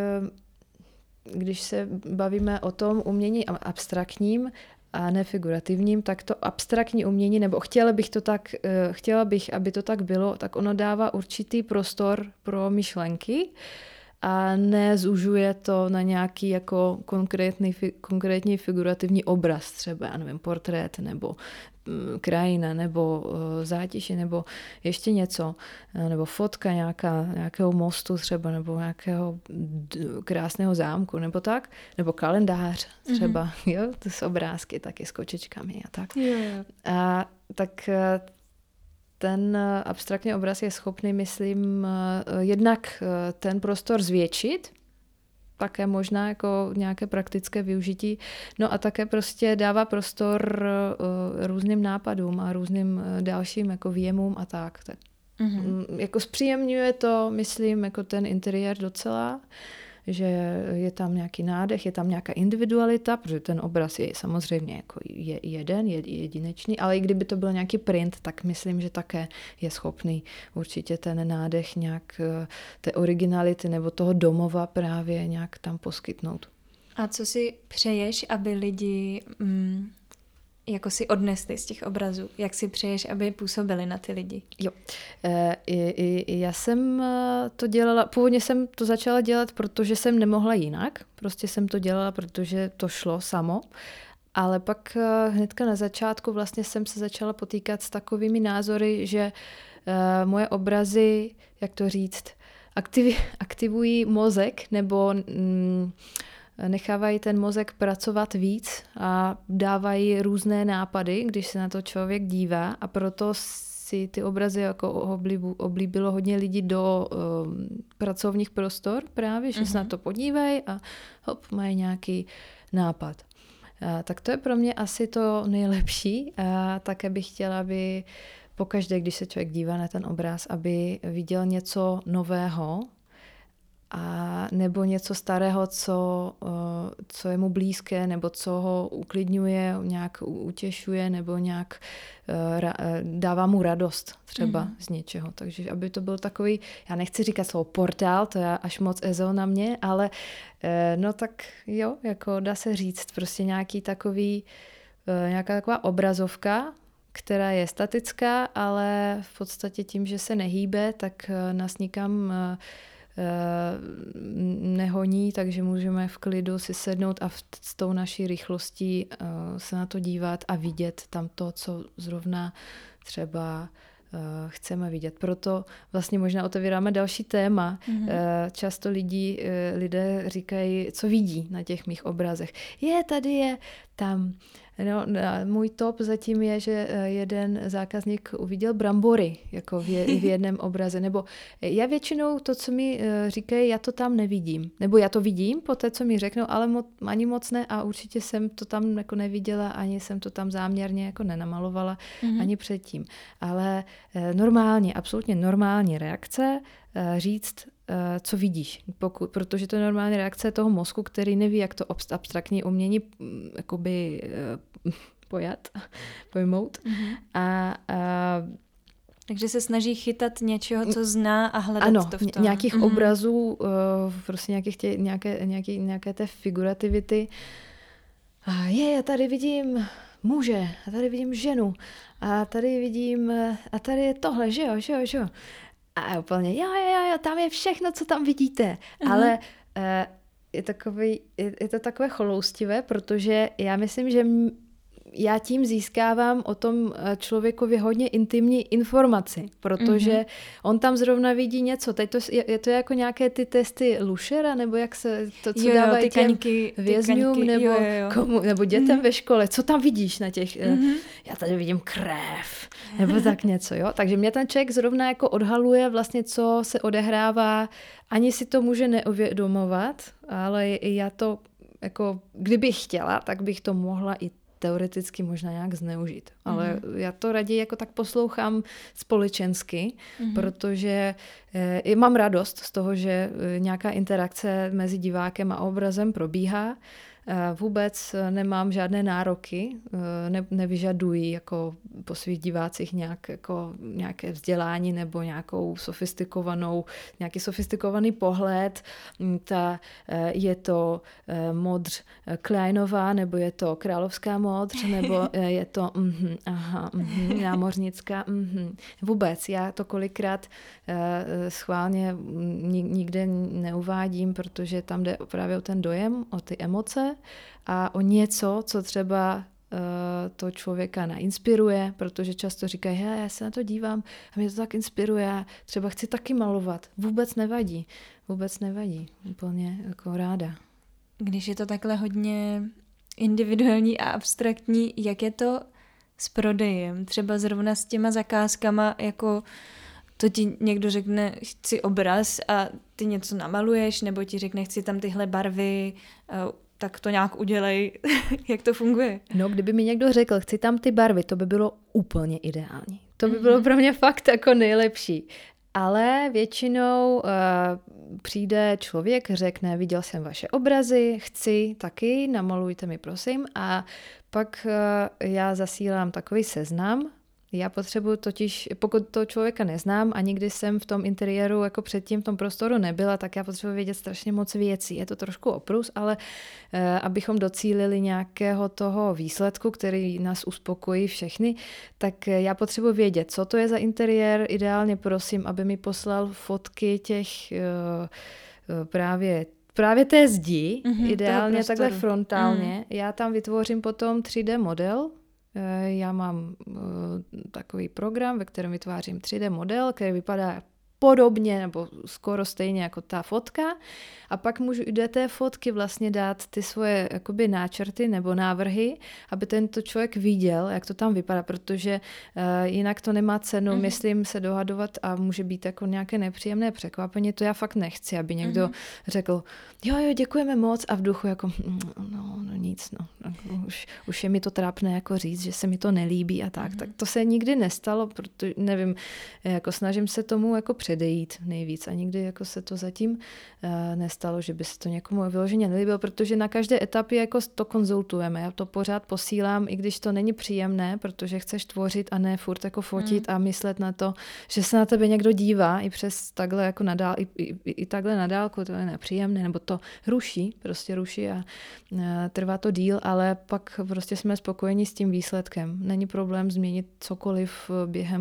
když se bavíme o tom umění abstraktním a nefigurativním, tak to abstraktní umění, nebo chtěla bych to tak, e, chtěla bych, aby to tak bylo, tak ono dává určitý prostor pro myšlenky, a nezužuje to na nějaký jako konkrétní, konkrétní figurativní obraz, třeba, já nevím, portrét, nebo mm, krajina, nebo uh, zátiše, nebo ještě něco, nebo fotka nějaká, nějakého mostu třeba, nebo nějakého d- krásného zámku, nebo tak, nebo kalendář třeba, mm-hmm. jo, to jsou obrázky taky s kočičkami a tak. Yeah. A tak ten abstraktní obraz je schopný, myslím, jednak ten prostor zvětšit také možná jako nějaké praktické využití. No a také prostě dává prostor uh, různým nápadům a různým uh, dalším jako výjemům a tak. tak. Mm-hmm. Jako zpříjemňuje to, myslím, jako ten interiér docela, že je tam nějaký nádech, je tam nějaká individualita, protože ten obraz je samozřejmě jako je jeden, je jedinečný, ale i kdyby to byl nějaký print, tak myslím, že také je schopný určitě ten nádech nějak té originality nebo toho domova právě nějak tam poskytnout. A co si přeješ, aby lidi mm, jako si odnesli z těch obrazů? Jak si přeješ, aby působili na ty lidi? Jo, e, i, i, já jsem to dělala, původně jsem to začala dělat, protože jsem nemohla jinak. Prostě jsem to dělala, protože to šlo samo. Ale pak hnedka na začátku vlastně jsem se začala potýkat s takovými názory, že e, moje obrazy, jak to říct, aktiv, aktivují mozek nebo... Mm, nechávají ten mozek pracovat víc a dávají různé nápady, když se na to člověk dívá, a proto si ty obrazy jako oblíbu, oblíbilo hodně lidí do um, pracovních prostor právě, že mm-hmm. se na to podívají a hop, mají nějaký nápad. A, tak to je pro mě asi to nejlepší a také bych chtěla, aby pokaždé, když se člověk dívá na ten obraz, aby viděl něco nového, a nebo něco starého, co, co je mu blízké, nebo co ho uklidňuje, nějak utěšuje, nebo nějak dává mu radost třeba mm. z něčeho. Takže aby to byl takový, já nechci říkat slovo portál, to je až moc ezo na mě, ale no tak jo, jako dá se říct, prostě nějaký takový, nějaká taková obrazovka, která je statická, ale v podstatě tím, že se nehýbe, tak nás nikam nehoní, takže můžeme v klidu si sednout a v, s tou naší rychlostí uh, se na to dívat a vidět tam to, co zrovna třeba uh, chceme vidět. Proto vlastně možná otevíráme další téma. Mm-hmm. Uh, často lidi, uh, lidé říkají, co vidí na těch mých obrazech. Je, tady je, tam. No, můj top zatím je, že jeden zákazník uviděl brambory jako v, je, v jednom obraze. Nebo já většinou to, co mi říkají, já to tam nevidím. Nebo já to vidím po té, co mi řeknou, ale mo, ani moc ne a určitě jsem to tam jako neviděla, ani jsem to tam záměrně jako nenamalovala, mm-hmm. ani předtím. Ale normálně, absolutně normální reakce říct, co vidíš, pokud, protože to je normální reakce toho mozku, který neví, jak to abstraktní umění jakoby pojat, pojmout. Mm-hmm. A, a takže se snaží chytat něčeho, co zná a hledat ano, to v tom. nějakých mm-hmm. obrazů, prostě nějakých tě, nějaké, nějaké, nějaké té figurativity. A je, já tady vidím muže, a tady vidím ženu, a tady vidím, a tady je tohle, že jo, že jo, že jo. A úplně, jo, jo, jo, tam je všechno, co tam vidíte. Uh-huh. Ale uh, je, takový, je, je to takové choloustivé, protože já myslím, že m- já tím získávám o tom člověkovi hodně intimní informaci, protože mm-hmm. on tam zrovna vidí něco. Teď to je, je to jako nějaké ty testy Luschera, nebo jak se to, co jo, dávají ty těm kaňky, vězňům, ty kaňky, nebo, jo, jo. Komu, nebo dětem mm-hmm. ve škole. Co tam vidíš na těch... Mm-hmm. Já tady vidím krev, nebo tak něco. Jo? Takže mě ten člověk zrovna jako odhaluje vlastně, co se odehrává. Ani si to může neuvědomovat, ale já to, jako, kdybych chtěla, tak bych to mohla i teoreticky možná nějak zneužít. Ale mm. já to raději jako tak poslouchám společensky, mm. protože e, mám radost z toho, že nějaká interakce mezi divákem a obrazem probíhá. E, vůbec nemám žádné nároky, e, ne, nevyžaduji jako po svých divácích nějak, jako, nějaké vzdělání nebo nějakou sofistikovanou, nějaký sofistikovaný pohled. Ta, e, je to e, modř Kleinová, nebo je to královská modř, nebo je to mm, aha, mm, námořnická. Mm. Vůbec, já to kolikrát e, schválně nikde neuvádím, protože tam jde právě o ten dojem, o ty emoce a o něco, co třeba to člověka nainspiruje, protože často říkají, já se na to dívám a mě to tak inspiruje, třeba chci taky malovat. Vůbec nevadí. Vůbec nevadí. Úplně jako ráda. Když je to takhle hodně individuální a abstraktní, jak je to s prodejem? Třeba zrovna s těma zakázkama, jako to ti někdo řekne, chci obraz a ty něco namaluješ, nebo ti řekne, chci tam tyhle barvy, tak to nějak udělej. Jak to funguje? No, kdyby mi někdo řekl, chci tam ty barvy, to by bylo úplně ideální. To by mm-hmm. bylo pro mě fakt jako nejlepší. Ale většinou uh, přijde člověk, řekne, viděl jsem vaše obrazy, chci taky, namalujte mi prosím. A pak uh, já zasílám takový seznam. Já potřebuji totiž, pokud to člověka neznám a nikdy jsem v tom interiéru jako předtím v tom prostoru nebyla, tak já potřebuji vědět strašně moc věcí. Je to trošku oprus, ale uh, abychom docílili nějakého toho výsledku, který nás uspokojí všechny, tak já potřebuji vědět, co to je za interiér. Ideálně prosím, aby mi poslal fotky těch uh, uh, právě Právě té zdi, mm-hmm, ideálně takhle frontálně. Mm. Já tam vytvořím potom tři dé model. Já mám uh, takový program, ve kterém vytvářím tři dé model, který vypadá podobně nebo skoro stejně jako ta fotka. A pak můžu i do té fotky vlastně dát ty svoje jakoby náčrty nebo návrhy, aby tento člověk viděl, jak to tam vypadá, protože uh, jinak to nemá cenu, mm-hmm. myslím, se dohadovat a může být jako nějaké nepříjemné překvapení. To já fakt nechci, aby někdo mm-hmm. řekl, jo, jo, děkujeme moc a v duchu jako, no, no nic, no, už, už je mi to trápné jako říct, že se mi to nelíbí a tak. Mm-hmm. Tak to se nikdy nestalo, protože nevím, jako snažím se tomu jako předejít nejvíc a nikdy jako se to zatím uh, nestalo, že by se to někomu vyloženě nelíbilo, protože na každé etapě jako to konzultujeme. Já to pořád posílám, i když to není příjemné, protože chceš tvořit a ne furt jako fotit mm. a myslet na to, že se na tebe někdo dívá i přes takhle jako nadál, i, i, i takhle na dálku, to je nepříjemné, nebo to ruší, prostě ruší a uh, trvá to díl, ale pak prostě jsme spokojeni s tím výsledkem. Není problém změnit cokoliv během uh,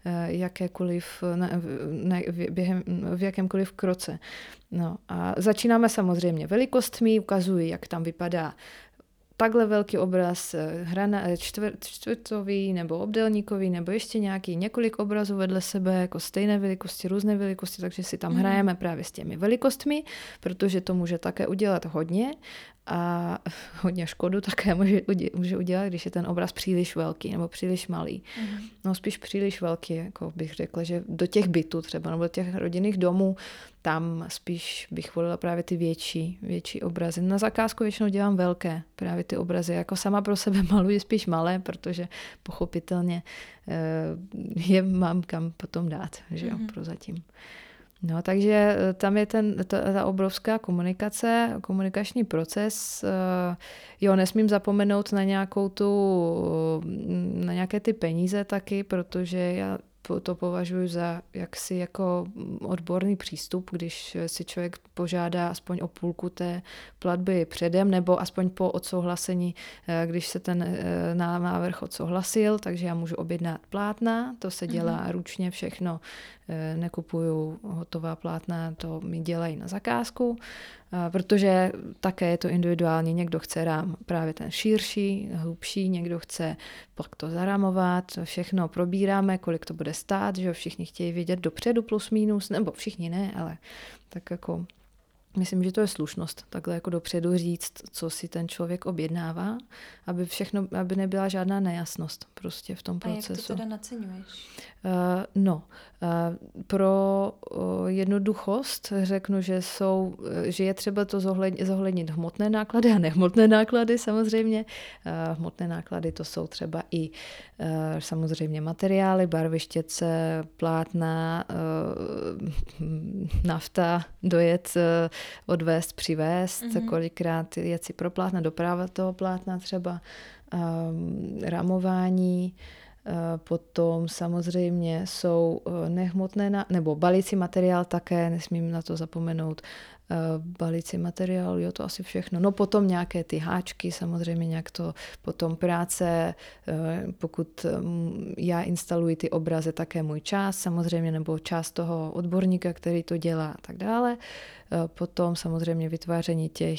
jakékoliv na, na, během, v jakémkoliv kroce. No a začínáme samozřejmě velikostmi, ukazuji, jak tam vypadá takhle velký obraz, hrana, čtvr, čtvrtový nebo obdélníkový, nebo ještě nějaký několik obrazů vedle sebe, jako stejné velikosti, různé velikosti, takže si tam mm. hrajeme právě s těmi velikostmi, protože to může také udělat hodně a hodně škodu také může, může udělat, když je ten obraz příliš velký nebo příliš malý. Mm. No spíš příliš velký, jako bych řekla, že do těch bytů třeba, nebo do těch rodinných domů, tam spíš bych volila právě ty větší, větší obrazy. Na zakázku většinou dělám velké právě ty obrazy. Jako sama pro sebe maluji spíš malé, protože pochopitelně je mám kam potom dát, že jo, mm-hmm. prozatím. No, takže tam je ten, ta, ta obrovská komunikace, komunikační proces. Jo, nesmím zapomenout na nějakou tu, na nějaké ty peníze taky, protože já to považuji za jaksi jako odborný přístup, když si člověk požádá aspoň o půlku té platby předem, nebo aspoň po odsouhlasení, když se ten návrh odsouhlasil, takže já můžu objednat plátna, to se dělá mm-hmm. ručně všechno, nekupuju hotová plátna, to mi dělají na zakázku, protože také je to individuální, někdo chce rám právě ten širší, hlubší, někdo chce pak to zarámovat, všechno probíráme, kolik to bude stát, že všichni chtějí vědět dopředu plus minus, nebo všichni ne, ale tak jako myslím, že to je slušnost, takhle jako dopředu říct, co si ten člověk objednává, aby všechno, aby nebyla žádná nejasnost prostě v tom procesu. A jak to teda naceňuješ? Uh, no, uh, pro uh, jednoduchost řeknu, že jsou, že je třeba to zohlednit, zohlednit hmotné náklady a nehmotné náklady samozřejmě. Uh, hmotné náklady to jsou třeba i uh, samozřejmě materiály, barvy, štětce, plátna, uh, nafta, dojet, uh, odvést, přivést, mm-hmm. kolikrát jet si pro plátna, doprava toho plátna třeba, um, ramování. Potom samozřejmě jsou nehmotné, nebo balící materiál také, nesmím na to zapomenout. Balící materiál, jo, to asi všechno. No potom nějaké ty háčky, samozřejmě nějak to, potom práce, pokud já instaluji ty obrazy, také můj čas samozřejmě, nebo čas toho odborníka, který to dělá a tak dále. Potom samozřejmě vytváření těch,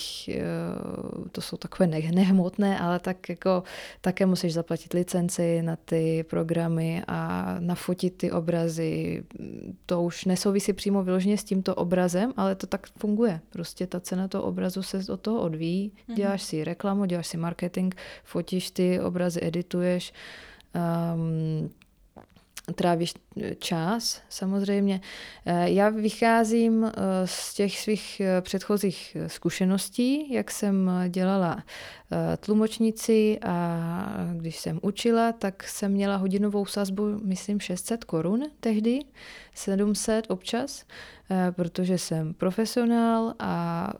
to jsou takové nehmotné, ale tak jako také musíš zaplatit licenci na ty programy a nafotit ty obrazy. To už nesouvisí přímo vyloženě s tímto obrazem, ale to tak funguje. Prostě ta cena toho obrazu se od toho odvíjí. Mm-hmm. Děláš si reklamu, děláš si marketing, fotíš ty obrazy, edituješ. Um, trávíš čas, samozřejmě. Já vycházím z těch svých předchozích zkušeností, jak jsem dělala tlumočnici a když jsem učila, tak jsem měla hodinovou sazbu, myslím, šest set korun tehdy, sedm set občas, protože jsem profesionál a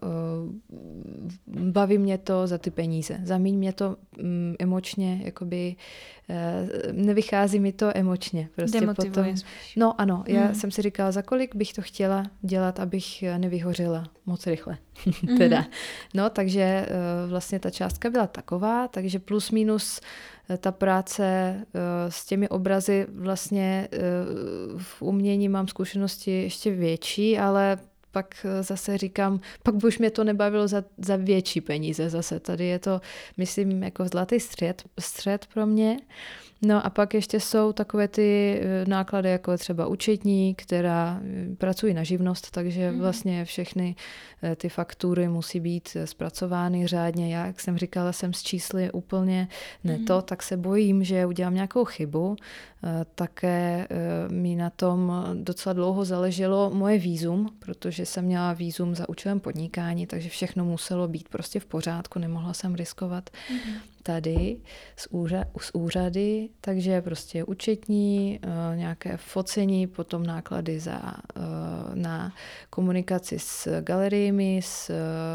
baví mě to za ty peníze. Zamíň mě to emočně, jakoby nevychází mi to emočně. Prostě demotivuje. Potom, no ano, já mm. jsem si říkala, za kolik bych to chtěla dělat, abych nevyhořela moc rychle. teda. Mm. No, takže vlastně ta částka byla taková, takže plus minus ta práce s těmi obrazy vlastně v umění mám zkušenosti ještě větší, ale pak zase říkám, pak by už mě to nebavilo za, za větší peníze zase. Tady je to, myslím, jako zlatý střed, střed pro mě. No a pak ještě jsou takové ty náklady, jako třeba účetní, která pracují na živnost, takže vlastně všechny ty faktury musí být zpracovány řádně. Já, jak jsem říkala, jsem s čísly úplně ne to, tak se bojím, že udělám nějakou chybu. Také mi na tom docela dlouho záleželo moje vízum, protože jsem měla vízum za účelem podnikání, takže všechno muselo být prostě v pořádku, nemohla jsem riskovat tady z, úřad, z úřady, takže prostě účetní, nějaké focení, potom náklady za, na komunikaci s galeriemi, s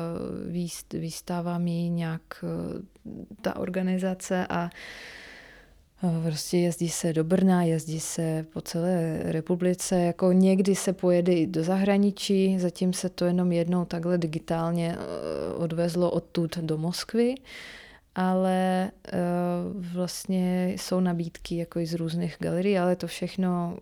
výstavami, nějak ta organizace a prostě jezdí se do Brna, jezdí se po celé republice, jako někdy se pojede i do zahraničí, zatím se to jenom jednou takhle digitálně odvezlo odtud do Moskvy, ale uh, vlastně jsou nabídky jako i z různých galerií, ale to všechno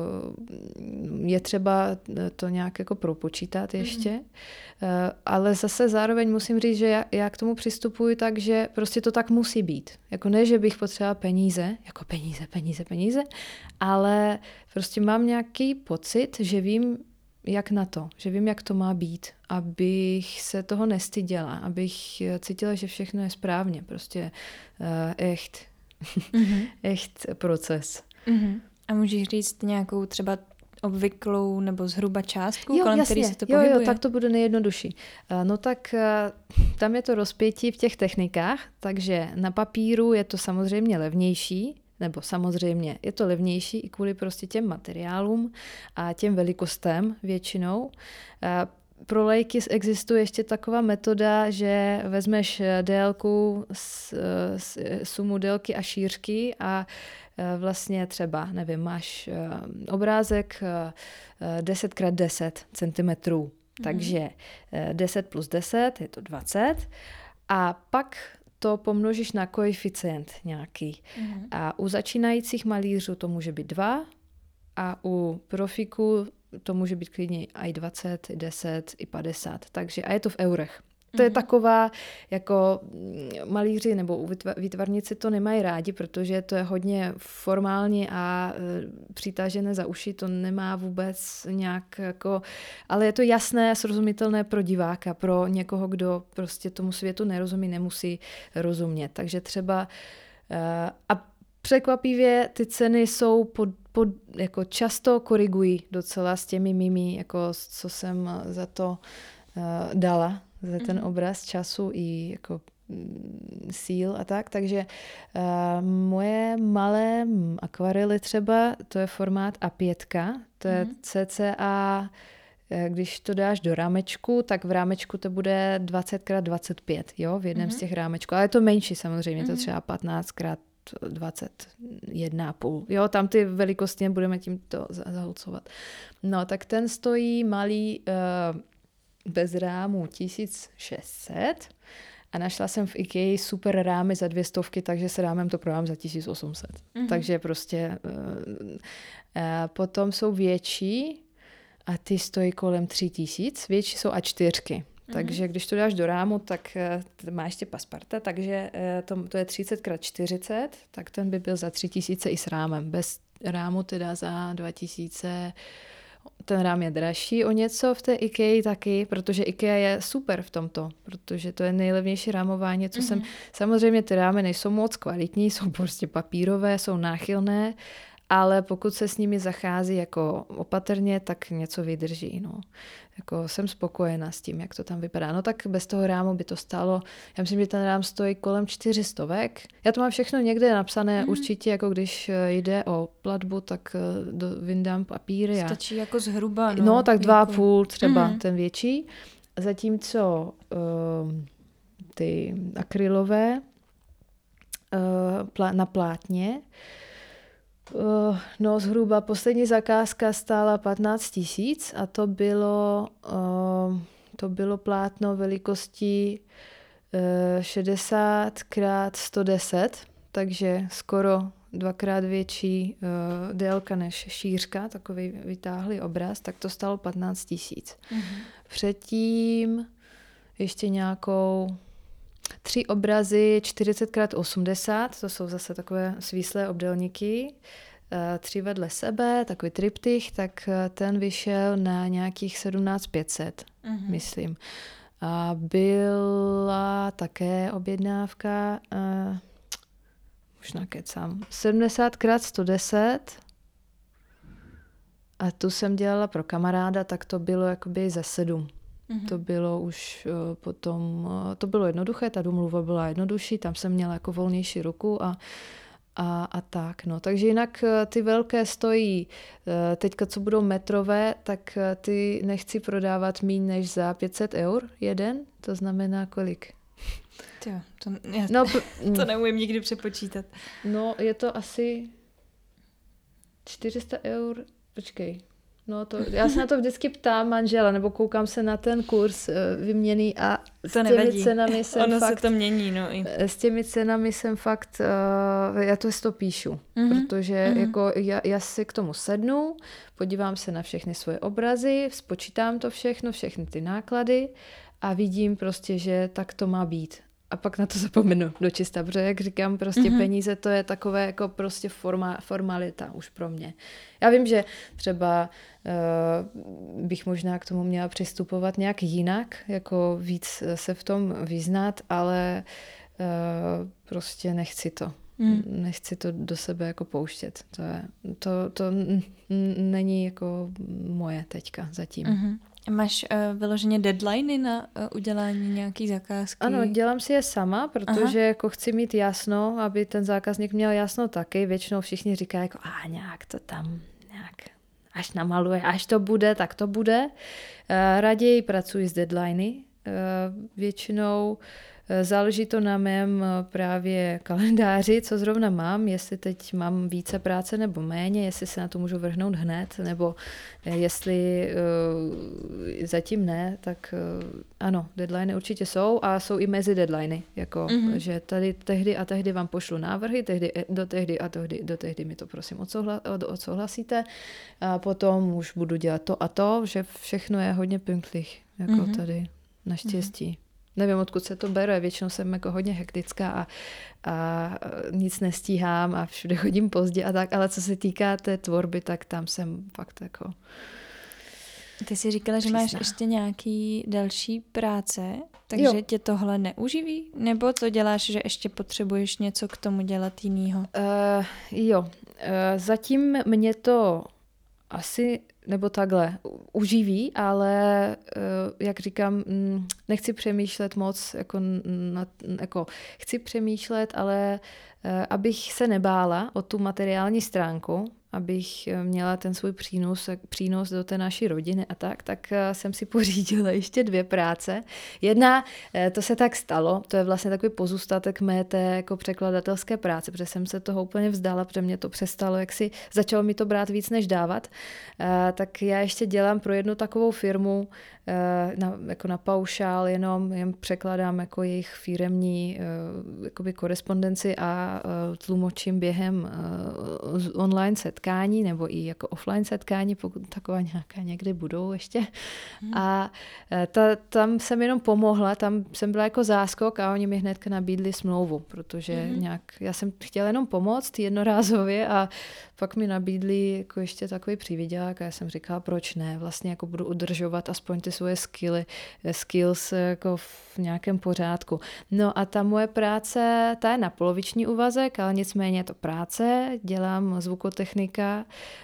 uh, je třeba to nějak jako propočítat ještě. Mm. Uh, ale zase zároveň musím říct, že já, já k tomu přistupuji tak, že prostě to tak musí být. Jako ne, že bych potřebovala peníze, jako peníze, peníze, peníze, ale prostě mám nějaký pocit, že vím, jak na to, že vím, jak to má být, abych se toho nestyděla, abych cítila, že všechno je správně, prostě uh, echt, mm-hmm. echt proces. Mm-hmm. A můžeš říct nějakou třeba obvyklou nebo zhruba částku, jo, kolem jasně. který se to jo, pohybuje? Jo, tak to bude nejjednodušší. Uh, no tak uh, tam je to rozpětí v těch technikách, takže na papíru je to samozřejmě levnější, nebo samozřejmě je to levnější i kvůli prostě těm materiálům a těm velikostem většinou. Pro lajky existuje ještě taková metoda, že vezmeš délku, sumu délky a šířky a vlastně třeba, nevím, máš obrázek deset krát deset centimetrů, mm-hmm. takže deset plus deset je to dvacet a pak to pomnožíš na koeficient nějaký. Mm-hmm. A u začínajících malířů to může být dva a u profíků to může být klidně i dvacet, deset, i padesát. Takže a je to v eurech. To mm-hmm. je taková, jako malíři nebo výtvarníci to nemají rádi, protože to je hodně formální a e, přitažené za uši, to nemá vůbec nějak jako, ale je to jasné, srozumitelné pro diváka, pro někoho, kdo prostě tomu světu nerozumí, nemusí rozumět. Takže třeba e, a překvapivě ty ceny jsou pod, pod, jako často korigují docela s těmi mými, jako co jsem za to e, dala, za ten obraz času i jako síl a tak. Takže uh, moje malé akvarely třeba, to je formát A pět, to je mm. cca, když to dáš do rámečku, tak v rámečku to bude dvacet krát dvacet pět, jo, v jednom mm. z těch rámečků. Ale je to menší samozřejmě, mm. to třeba patnáct krát dvacet jedna a půl. Jo, tam ty velikosti budeme tímto zahlcovat. No, tak ten stojí malý uh, bez rámu tisíc šest set a našla jsem v IKEA super rámy za dvě stovky, takže s rámem to prodám za tisíc osm set. Mm-hmm. Takže prostě uh, uh, potom jsou větší a ty stojí kolem tři tisíc. Větší jsou A čtyřky. Mm-hmm. Takže když to dáš do rámu, tak uh, má ještě pasparta, takže uh, to, to je třicet krát čtyřicet, tak ten by byl za tři tisíce i s rámem. Bez rámu teda za dva tisíce. Ten rám je dražší o něco v té IKEA taky, protože IKEA je super v tomto, protože to je nejlevnější rámování, co mm-hmm. jsem, samozřejmě ty rámy nejsou moc kvalitní, jsou prostě papírové, jsou náchylné, ale pokud se s nimi zachází jako opatrně, tak něco vydrží. No. Jako jsem spokojená s tím, jak to tam vypadá. No tak bez toho rámu by to stálo, já myslím, že ten rám stojí kolem čtyři stovek. Já to mám všechno někde napsané, mm. určitě, jako když jde o platbu, tak do, vyndám papíry. Stačí a... jako zhruba. No, no tak dva a jako... půl třeba, mm. ten větší. Zatímco uh, ty akrylové uh, na plátně, uh, no zhruba poslední zakázka stála patnáct tisíc a to bylo, uh, to bylo plátno velikosti uh, šedesát krát sto deset, takže skoro dvakrát větší uh, délka než šířka, takový vytáhlý obraz, tak to stálo patnáct tisíc. Mm-hmm. Předtím ještě nějakou tři obrazy čtyřicet krát osmdesát, to jsou zase takové svíslé obdélníky, tři vedle sebe, takový triptych, tak ten vyšel na nějakých sedmnáct pět set, mm-hmm. myslím. A byla také objednávka, uh, možná kecám, sedmdesát krát sto deset a tu jsem dělala pro kamaráda, tak to bylo jakoby za sedm. Mm-hmm. To bylo už uh, potom, uh, to bylo jednoduché, ta domluva byla jednodušší, tam jsem měla jako volnější ruku a, a, a tak. No. Takže jinak uh, ty velké stojí, uh, teďka co budou metrové, tak uh, ty nechci prodávat míň než za pět set eur jeden, to znamená kolik? Tyjo, to, já, no, to neumím nikdy přepočítat. No, je to asi čtyři sta eur, počkej. No to, já se na to vždycky ptám manžela, nebo koukám se na ten kurz vyměný a to s těmi nevadí. cenami jsem ono fakt... se to mění, no. I. S těmi cenami jsem fakt, uh, já to, to píšu, mm-hmm. protože mm-hmm. jako já, já si k tomu sednu, podívám se na všechny svoje obrazy, spočítám to všechno, všechny ty náklady a vidím prostě, že tak to má být. A pak na to zapomenu dočista, protože jak říkám, prostě mm-hmm. peníze to je takové jako prostě forma, formalita už pro mě. Já vím, že třeba uh, bych možná k tomu měla přistupovat nějak jinak, jako víc se v tom vyznat, ale uh, prostě nechci to. Mm. Nechci to do sebe jako pouštět. To, je, to, to není jako moje teďka zatím. Mm-hmm. Máš uh, vyloženě deadliny na uh, udělání nějaký zakázky? Ano, dělám si je sama, protože jako chci mít jasno, aby ten zákazník měl jasno taky. Většinou všichni říkají, jako, a nějak to tam, nějak, až namaluje, až to bude, tak to bude. Uh, raději pracuji s deadliny. Uh, většinou záleží to na mém právě kalendáři, co zrovna mám, jestli teď mám více práce nebo méně, jestli se na to můžu vrhnout hned, nebo jestli uh, zatím ne, tak uh, ano, deadliny určitě jsou a jsou i mezi deadliny, jako, mm-hmm. že tady tehdy a tehdy vám pošlu návrhy, tehdy, do tehdy a tehdy, do tehdy mi to prosím odsouhla, odsouhlasíte a potom už budu dělat to a to, že všechno je hodně pünktlich, jako mm-hmm. tady, naštěstí. Mm-hmm. Nevím, odkud se to bere, většinou jsem jako hodně hektická a, a nic nestíhám a všude chodím pozdě a tak, ale co se týká té tvorby, tak tam jsem fakt jako... Ty jsi říkala, přísná. Že máš ještě nějaký další práce, takže jo. tě tohle neuživí? Nebo to děláš, že ještě potřebuješ něco k tomu dělat jinýho? Uh, jo, uh, zatím mě to asi... nebo takhle, uživí, ale jak říkám, nechci přemýšlet moc, jako, na, jako chci přemýšlet, ale abych se nebála o tu materiální stránku, abych měla ten svůj přínos, přínos do té naší rodiny a tak, tak jsem si pořídila ještě dvě práce. Jedna, to se tak stalo, to je vlastně takový pozůstatek mé té jako překladatelské práce, protože jsem se toho úplně vzdala, protože mě to přestalo, jak si začalo mi to brát víc než dávat. Tak já ještě dělám pro jednu takovou firmu, na, jako na paušál, jenom jen překladám jako jejich firemní jakoby korespondenci a tlumočím během online setkání nebo i jako offline setkání, pokud taková nějaká někdy budou ještě. Hmm. A ta, tam jsem jenom pomohla, tam jsem byla jako záskok a oni mi hnedka nabídli smlouvu, protože hmm. nějak, já jsem chtěla jenom pomoct jednorázově a pak mi nabídli jako ještě takový přívidělák a já jsem říkala, proč ne, vlastně jako budu udržovat aspoň ty svoje skilly, skills jako v nějakém pořádku. No a ta moje práce, ta je na poloviční úvazek, ale nicméně je to práce. Dělám zvukotechnika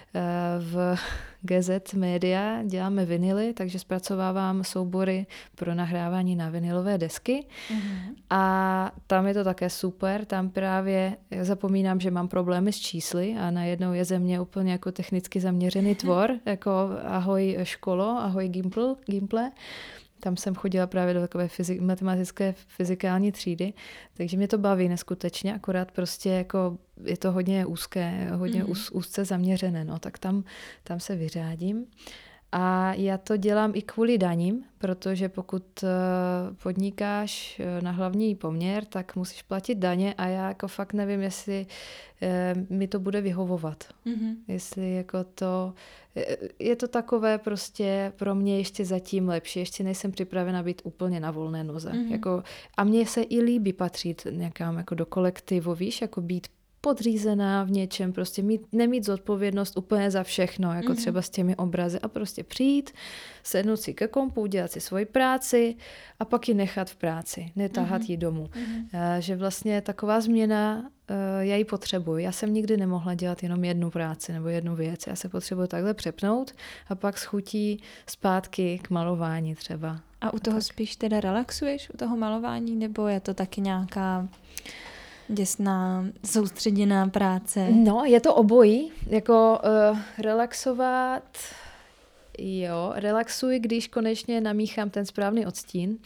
v G Z Media, děláme vinily, takže zpracovávám soubory pro nahrávání na vinylové desky. Mm-hmm. A tam je to také super, tam právě zapomínám, že mám problémy s čísly a najednou je ze mě úplně jako technicky zaměřený tvor, jako ahoj školo, ahoj Gimple, Gimple. Tam jsem chodila právě do takové fyzik, matematické fyzikální třídy, takže mě to baví neskutečně, akorát prostě jako je to hodně úzké, hodně mm-hmm. úz, úzce zaměřené, no, tak tam, tam se vyřádím. A já to dělám i kvůli daním, protože pokud podnikáš na hlavní poměr, tak musíš platit daně a já jako fakt nevím, jestli mi to bude vyhovovat. Mm-hmm. Jestli jako to... Je to takové prostě pro mě ještě zatím lepší. Ještě nejsem připravena být úplně na volné noze. Mm-hmm. Jako, a mně se i líbí patřit někam jako do kolektivu, víš, jako být podřízená v něčem, prostě mít, nemít zodpovědnost úplně za všechno, jako mm-hmm. třeba s těmi obrazy a prostě přijít, sednout si ke kompu, udělat si svoji práci a pak ji nechat v práci, netáhat mm-hmm. ji domů. Mm-hmm. Že vlastně taková změna, já ji potřebuji. Já jsem nikdy nemohla dělat jenom jednu práci nebo jednu věc. Já se potřebuji takhle přepnout a pak schutí zpátky k malování třeba. A u toho a spíš teda relaxuješ, u toho malování, nebo je to taky nějaká děsná, soustředěná práce? No, je to obojí. Jako uh, relaxovat, jo, relaxuji, když konečně namíchám ten správný odstín.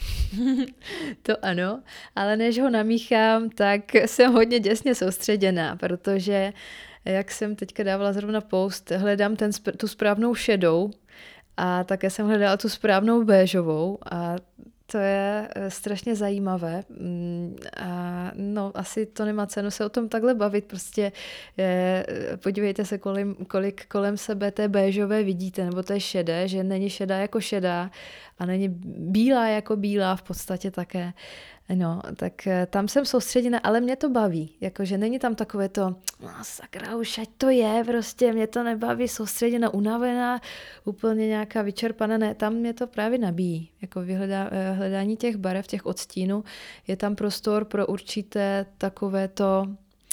To ano, ale než ho namíchám, tak jsem hodně děsně soustředěná, protože, jak jsem teďka dávala zrovna post, hledám ten, tu správnou šedou a také jsem hledala tu správnou béžovou a to je strašně zajímavé a no asi to nemá cenu se o tom takhle bavit, prostě je, podívejte se, kolik, kolik kolem sebe té béžové vidíte, nebo té šedé, že není šedá jako šedá a není bílá jako bílá v podstatě také. No, tak tam jsem soustředěna, ale mě to baví, jakože není tam takové to, no sakra, už ať to je, prostě mě to nebaví, soustředěna, unavená, úplně nějaká vyčerpaná, ne, tam mě to právě nabíjí, jako vyhledá, hledání těch barev, těch odstínů, je tam prostor pro určité takové to,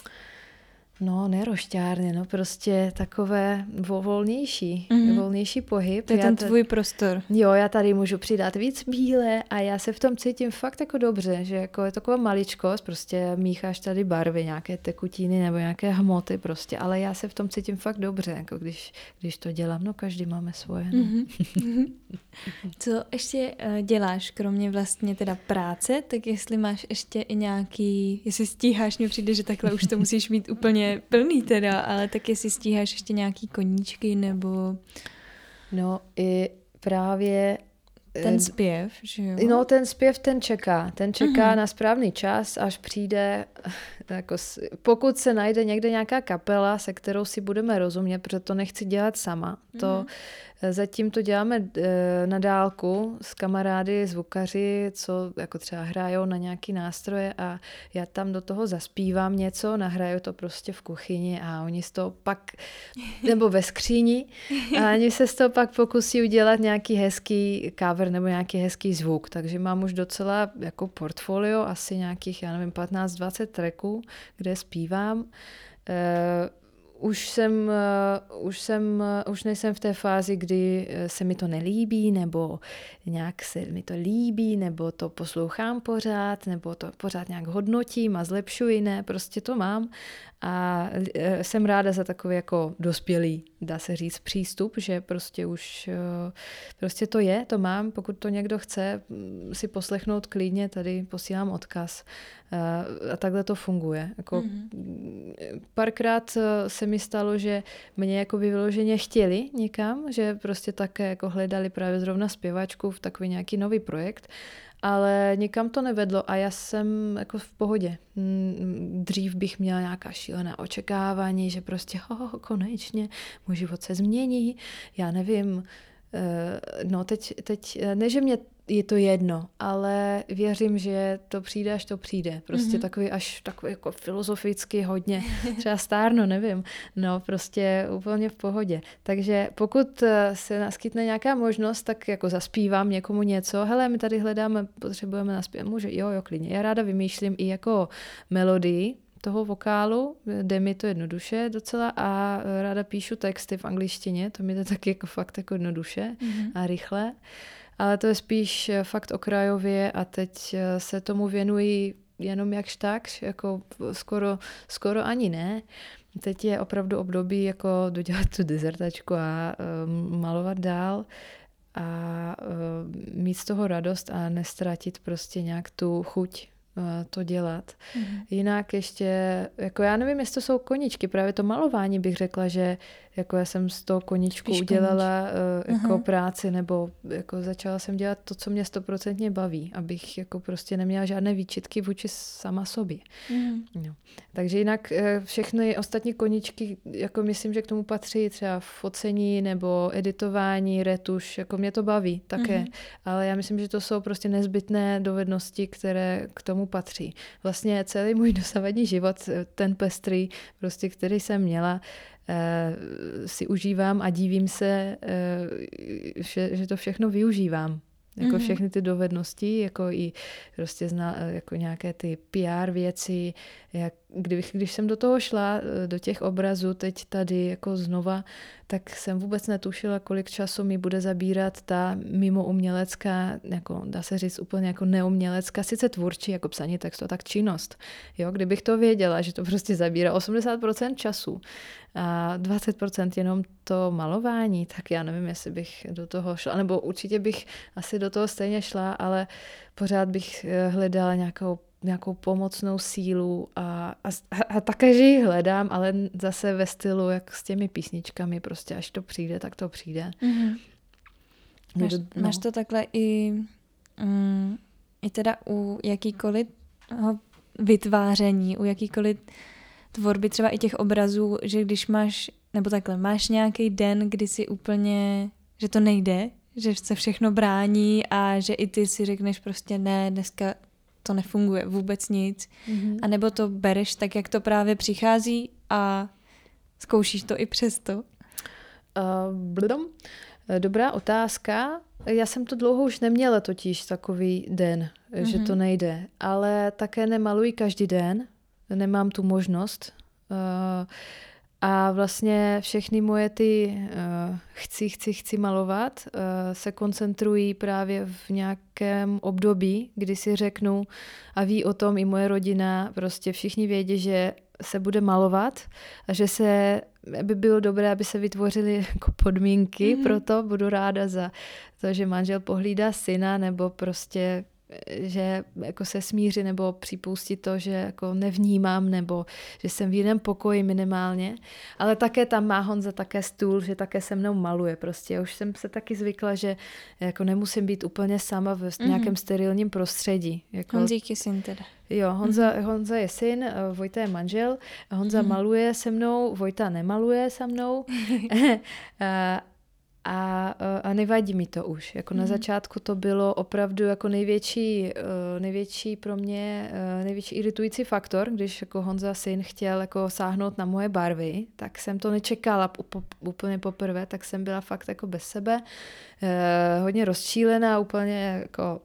no, ne rošťárny, no prostě takové volnější, mm-hmm. volnější pohyb. To je ten tvůj prostor. Jo, já tady můžu přidat víc bílé a já se v tom cítím fakt jako dobře, že jako je taková maličkost, prostě mícháš tady barvy, nějaké tekutiny nebo nějaké hmoty prostě, ale já se v tom cítím fakt dobře, jako když, když to dělám, no každý máme svoje. No. Mm-hmm. Co ještě děláš, kromě vlastně teda práce, tak jestli máš ještě i nějaký, jestli stíháš, mně přijde, že takhle už to musíš mít úplně plný teda, ale tak jestli stíháš ještě nějaký koníčky nebo... No i právě... Ten zpěv, že jo? No ten zpěv, ten čeká. Ten čeká uh-huh. na správný čas, až přijde, jako, pokud se najde někde nějaká kapela, se kterou si budeme rozumět, protože to nechci dělat sama. Uh-huh. To zatím to děláme na dálku s kamarády, zvukaři, co jako třeba hrajou na nějaký nástroje a já tam do toho zaspívám něco, nahraju to prostě v kuchyni a oni z toho pak, nebo ve skříni, a oni se z toho pak pokusí udělat nějaký hezký cover nebo nějaký hezký zvuk. Takže mám už docela jako portfolio, asi nějakých, já nevím, patnáct dvacet tracků, kde zpívám. Už jsem, už jsem, už nejsem v té fázi, kdy se mi to nelíbí, nebo nějak se mi to líbí, nebo to poslouchám pořád, nebo to pořád nějak hodnotím a zlepšuji, ne, prostě to mám. A jsem ráda za takový jako dospělý, dá se říct, přístup, že prostě už prostě to je, to mám, pokud to někdo chce si poslechnout klidně, tady posílám odkaz. A takhle to funguje. Jako mm-hmm. Párkrát se mi stalo, že mě jako vyloženě chtěli někam, že prostě také jako hledali právě zrovna zpěvačku v takový nějaký nový projekt, ale nikam to nevedlo a já jsem jako v pohodě. Dřív bych měla nějaká šílená očekávání, že prostě ho, konečně můj život se změní, já nevím. No teď, teď ne, že mě je to jedno, ale věřím, že to přijde, až to přijde. Prostě mm-hmm. takový až takový jako filozoficky hodně, třeba stárno, nevím, no prostě úplně v pohodě. Takže pokud se naskytne nějaká možnost, tak jako zaspívám někomu něco, hele, my tady hledáme, potřebujeme naspívat, může, jo, jo, klidně. Já ráda vymýšlím i jako melodii toho vokálu, jde mi to jednoduše docela a ráda píšu texty v angličtině, to mi jde taky jako fakt jako jednoduše mm-hmm. a rychle. Ale to je spíš fakt okrajově a teď se tomu věnuji jenom jakž tak, jako skoro, skoro ani ne. Teď je opravdu období jako dodělat tu dizertačku a um, malovat dál a um, mít z toho radost a nestratit prostě nějak tu chuť to dělat. Mm. Jinak ještě, jako já nevím, jestli to jsou koníčky, právě to malování bych řekla, že jako já jsem z toho koníčku Spíš udělala koníč. jako uh-huh. práci, nebo jako začala jsem dělat to, co mě stoprocentně baví, abych jako prostě neměla žádné výčitky vůči sama sobě. Mm. No. Takže jinak všechny ostatní koníčky, jako myslím, že k tomu patří třeba focení nebo editování, retuš, jako mě to baví také, mm. ale já myslím, že to jsou prostě nezbytné dovednosti, které k tomu patří. Vlastně celý můj dosavadní život, ten pestrý, prostě, který jsem měla, si užívám a divím se, že, že to všechno využívám. Jako mm-hmm. všechny ty dovednosti, jako i prostě zna, jako nějaké ty P R věci. Jak, když, když jsem do toho šla, do těch obrazů, teď tady jako znova, tak jsem vůbec netušila, kolik času mi bude zabírat ta mimo umělecká, jako dá se říct úplně jako neumělecká, sice tvůrčí, jako psaní textu, tak činnost. Jo, kdybych to věděla, že to prostě zabírá osmdesát procent času a dvacet procent jenom to malování, tak já nevím, jestli bych do toho šla, nebo určitě bych asi do toho stejně šla, ale pořád bych hledala nějakou nějakou pomocnou sílu a, a, a také, že ji hledám, ale zase ve stylu, jak s těmi písničkami, prostě až to přijde, tak to přijde. Mm-hmm. Máš, no. máš to takhle i, um, i teda u jakýkoliv vytváření, u jakýkoliv tvorby, třeba i těch obrazů, že když máš, nebo takhle, máš nějaký den, kdy si úplně, že to nejde, že se všechno brání a že i ty si řekneš prostě ne, dneska to nefunguje vůbec nic. Mm-hmm. A nebo to bereš tak, jak to právě přichází a zkoušíš to i přesto? Uh, Dobrá otázka. Já jsem to dlouho už neměla totiž takový den, mm-hmm. že to nejde. Ale také nemaluji každý den. Nemám tu možnost. Uh, A vlastně všechny moje ty uh, chci, chci, chci malovat uh, se koncentrují právě v nějakém období, kdy si řeknu a ví o tom i moje rodina, prostě všichni vědí, že se bude malovat a že se, by bylo dobré, aby se vytvořily jako podmínky mm-hmm. pro to. Budu ráda za to, že manžel pohlídá syna nebo prostě že jako se smíří nebo připustí to, že jako nevnímám nebo že jsem v jiném pokoji minimálně. Ale také tam má Honza také stůl, že také se mnou maluje prostě. Už jsem se taky zvykla, že jako nemusím být úplně sama v mm-hmm. nějakém sterilním prostředí. Jako... Honzík je syn teda. Jo, Honza, mm-hmm. Honza je syn, Vojta je manžel. Honza mm-hmm. maluje se mnou, Vojta nemaluje se mnou. a, A, a nevadí mi to už. Jako mm. na začátku to bylo opravdu jako největší, největší pro mě, největší iritující faktor, když jako Honza syn chtěl jako sáhnout na moje barvy, tak jsem to nečekala úplně poprvé, tak jsem byla fakt jako bez sebe, hodně rozčílená, úplně jako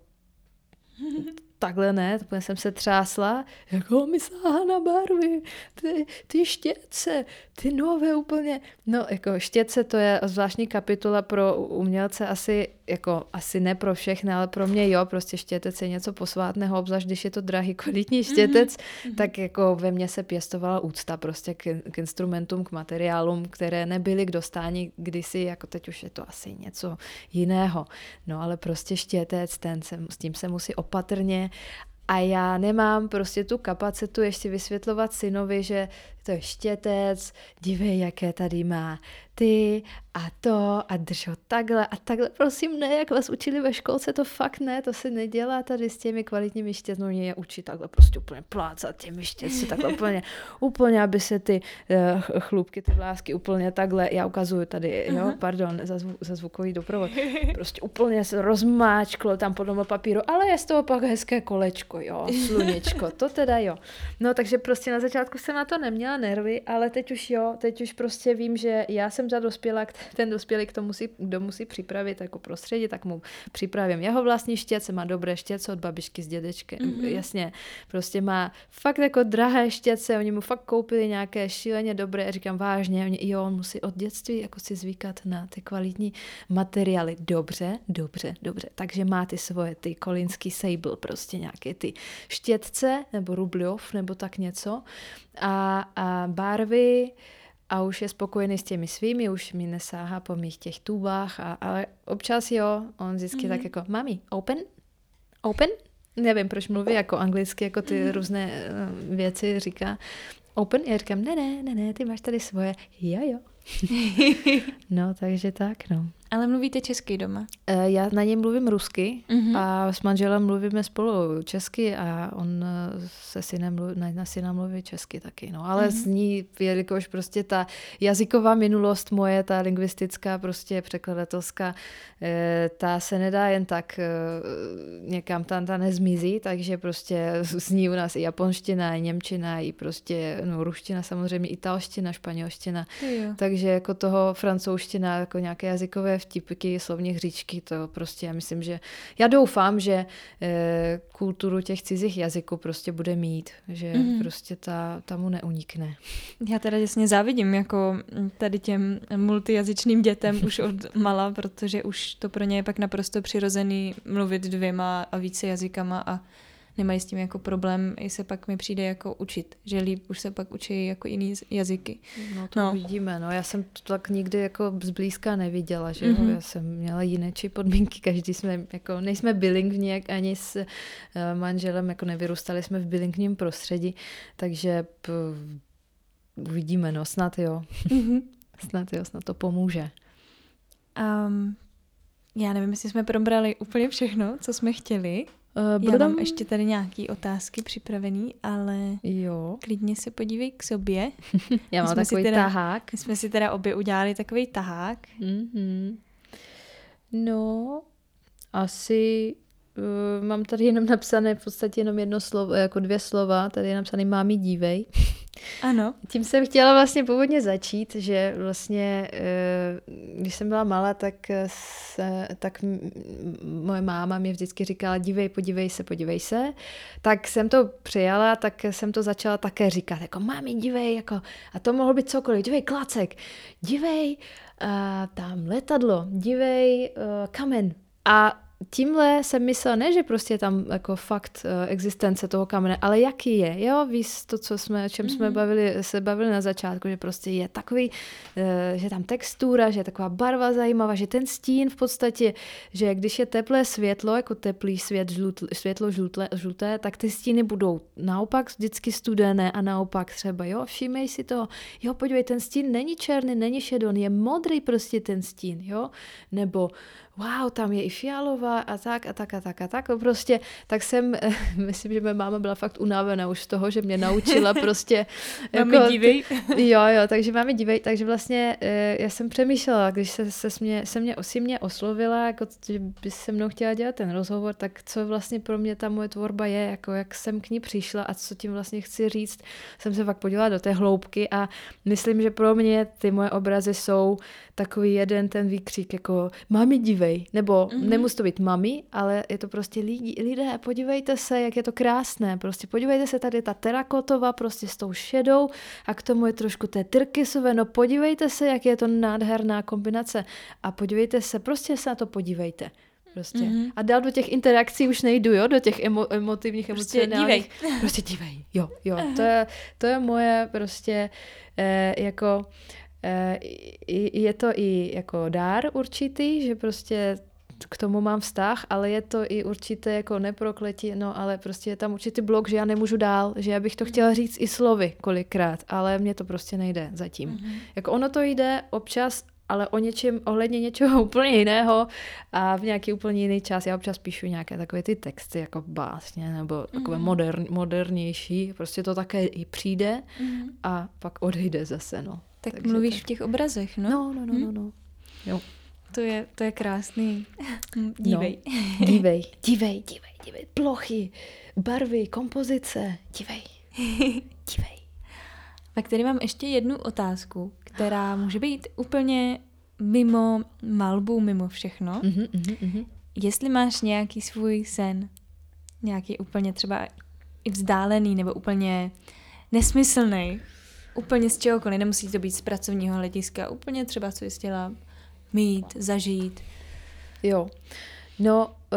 takhle ne, úplně jsem se třásla, jako mi sáhá na barvy, ty, ty štětce, ty nové úplně, no jako štětce to je zvláštní kapitola pro umělce, asi jako asi ne pro všechny, ale pro mě jo, prostě štětec je něco posvátného, obzvlášť když je to drahý kvalitní štětec, mm-hmm. tak jako ve mně se pěstovala úcta prostě k, k instrumentům, k materiálům, které nebyly k dostání kdysi, jako teď už je to asi něco jiného, no ale prostě štětec, ten se, s tím se musí opatrně. A já nemám prostě tu kapacitu ještě vysvětlovat synovi, že to je štětec, dívej, jaké tady má ty a to a drž ho takhle a takhle, prosím ne, jak vás učili ve školce, to fakt ne, to se nedělá tady s těmi kvalitními štětmi, mě je učí takhle prostě úplně plácat těmi štětci, takhle úplně, úplně, aby se ty uh, chlupky, ty vlásky úplně takhle, já ukazuju tady, jo, uh-huh. pardon, za, zvu, za zvukový doprovod, prostě úplně se rozmáčklo tam po tom papíru, ale je z toho pak hezké kolečko, jo, sluníčko, to teda jo. No takže prostě na začátku jsem na to neměla nervy, ale teď už jo, teď už prostě vím, že já jsem za dospělá, ten dospělý k tomu musí, kdo musí připravit jako prostředí, tak mu připravím jeho vlastní štětce, má dobré štětce od babičky s dědečkem, mm-hmm. jasně, prostě má fakt jako drahé štětce, oni mu fakt koupili nějaké šíleně dobré, a říkám vážně, oni, jo, on musí od dětství jako si zvykat na ty kvalitní materiály, dobře, dobře, dobře, takže má ty svoje, ty kolínský sable, prostě nějaké ty štětce, nebo Rubljov, nebo tak něco a, a barvy a už je spokojený s těmi svými, už mi nesáhá po mých těch tubách, a, ale občas jo, on vždycky mm-hmm. tak jako, mami, open, open, nevím, proč mluví jako anglicky, jako ty mm-hmm. různé uh, věci říká, open, já říkám, ne, ne, ne, ne, ty máš tady svoje, jo, jo. No, takže tak, no. Ale mluvíte česky doma? Já na něj mluvím rusky mm-hmm. a s manželem mluvíme spolu česky a on se synem mluví, na syna mluví česky taky. No. Ale mm-hmm. s ní, jelikož prostě ta jazyková minulost moje, ta lingvistická, prostě překladatelská, ta se nedá jen tak někam tam ta nezmizí, takže prostě zní u nás i japonština, i němčina, i prostě no, ruština, samozřejmě italština, španělština. Jo. Takže jako toho francouzština, jako nějaké jazykové vtipky, slovní hříčky, to prostě já myslím, že já doufám, že e, kulturu těch cizích jazyků prostě bude mít, že mm. prostě ta, ta mu neunikne. Já teda jasně závidím jako tady těm multijazyčným dětem už od mala, protože už to pro ně je pak naprosto přirozený mluvit dvěma a více jazykama a nemají s tím jako problém, i se pak mi přijde jako učit, že líp už se pak učí jako jiný jazyky. No to no. Vidíme, no já jsem to tak nikdy jako zblízka neviděla, že mm-hmm. jo? Já jsem měla jiné či podmínky, každý jsme jako, nejsme bilingvní, ani s uh, manželem jako nevyrůstali jsme v bilingvním prostředí, takže p, uvidíme, no snad jo. Mm-hmm. snad jo, snad to pomůže. Um, já nevím, jestli jsme probrali úplně všechno, co jsme chtěli. Uh, Já mám ještě tady nějaké otázky připravený, ale jo. klidně se podívej k sobě. Já mám takový teda, tahák. My jsme si teda obě udělali takový tahák. Mm-hmm. No, asi uh, mám tady jenom napsané v podstatě jenom jedno slovo, jako dvě slova, tady je napsané mámi dívej. Ano. Tím jsem chtěla vlastně původně začít, že vlastně, když jsem byla malá, tak, se, tak moje máma mě vždycky říkala, dívej, podívej se, podívej se. Tak jsem to přijala, tak jsem to začala také říkat, jako mámi, dívej, jako, a to mohlo být cokoliv, dívej, klacek, dívej, uh, tam letadlo, dívej, uh, kamen. A tímhle jsem myslela, ne, že prostě je tam jako fakt uh, existence toho kamene, ale jaký je, jo, víš to, co jsme, o čem mm-hmm. jsme bavili, se bavili na začátku, že prostě je takový, uh, že tam textura, že je taková barva zajímavá, že ten stín v podstatě, že když je teplé světlo, jako teplý svět, žlut, světlo žluté, žluté, tak ty stíny budou naopak vždycky studené a naopak třeba, jo, všímej si toho, jo, podívej, ten stín není černý, není šedon, je modrý prostě ten stín, jo, nebo wow, tam je i fialová a tak a tak a tak a tak. Prostě tak jsem, myslím, že moje máma byla fakt unavená už z toho, že mě naučila prostě. Mami jako, dívej. Jo, jo, takže mami dívej. Takže vlastně já jsem přemýšlela, když se, se, mě, se mě, si mě oslovila, jako, že by se mnou chtěla dělat ten rozhovor, tak co vlastně pro mě ta moje tvorba je, jako jak jsem k ní přišla a co tím vlastně chci říct. Jsem se fakt podívala do té hloubky a myslím, že pro mě ty moje obrazy jsou takový jeden ten výkřik, jako mami dívej, nebo mm-hmm. nemusí to být mami, ale je to prostě lidi, lidé, podívejte se, jak je to krásné, prostě podívejte se, tady ta terakotová prostě s tou šedou a k tomu je trošku té tyrkysové, no podívejte se, jak je to nádherná kombinace a podívejte se, prostě se na to podívejte. Prostě. Mm-hmm. A dál do těch interakcí už nejdu, jo, do těch emo, emotivních, prostě emocionálních. Dívej. Prostě dívej. Jo, jo, to je, to je moje prostě eh, jako je to i jako dár určitý, že prostě k tomu mám vztah, ale je to i určité jako neprokletí, no ale prostě je tam určitý blok, že já nemůžu dál, že já bych to chtěla říct i slovy kolikrát, ale mně to prostě nejde zatím. Mm-hmm. Jako ono to jde občas, ale o něčem, ohledně něčeho úplně jiného a v nějaký úplně jiný čas. Já občas píšu nějaké takové ty texty jako básně nebo takové mm. modern, modernější. Prostě to také i přijde mm. a pak odejde zase, no. Tak takže mluvíš tak v těch obrazech, no? No, no, no, no, no. Jo. To je, to je krásný. Dívej. No. Dívej, dívej, dívej, dívej. Plochy, barvy, kompozice. Dívej, dívej. Tak tady mám ještě jednu otázku, která může být úplně mimo malbu, mimo všechno. Mm-hmm, mm-hmm. Jestli máš nějaký svůj sen, nějaký úplně třeba i vzdálený nebo úplně nesmyslný, úplně z čehokoliv, nemusí to být z pracovního hlediska, úplně třeba co jsi chtěla mít, zažít. Jo, no uh,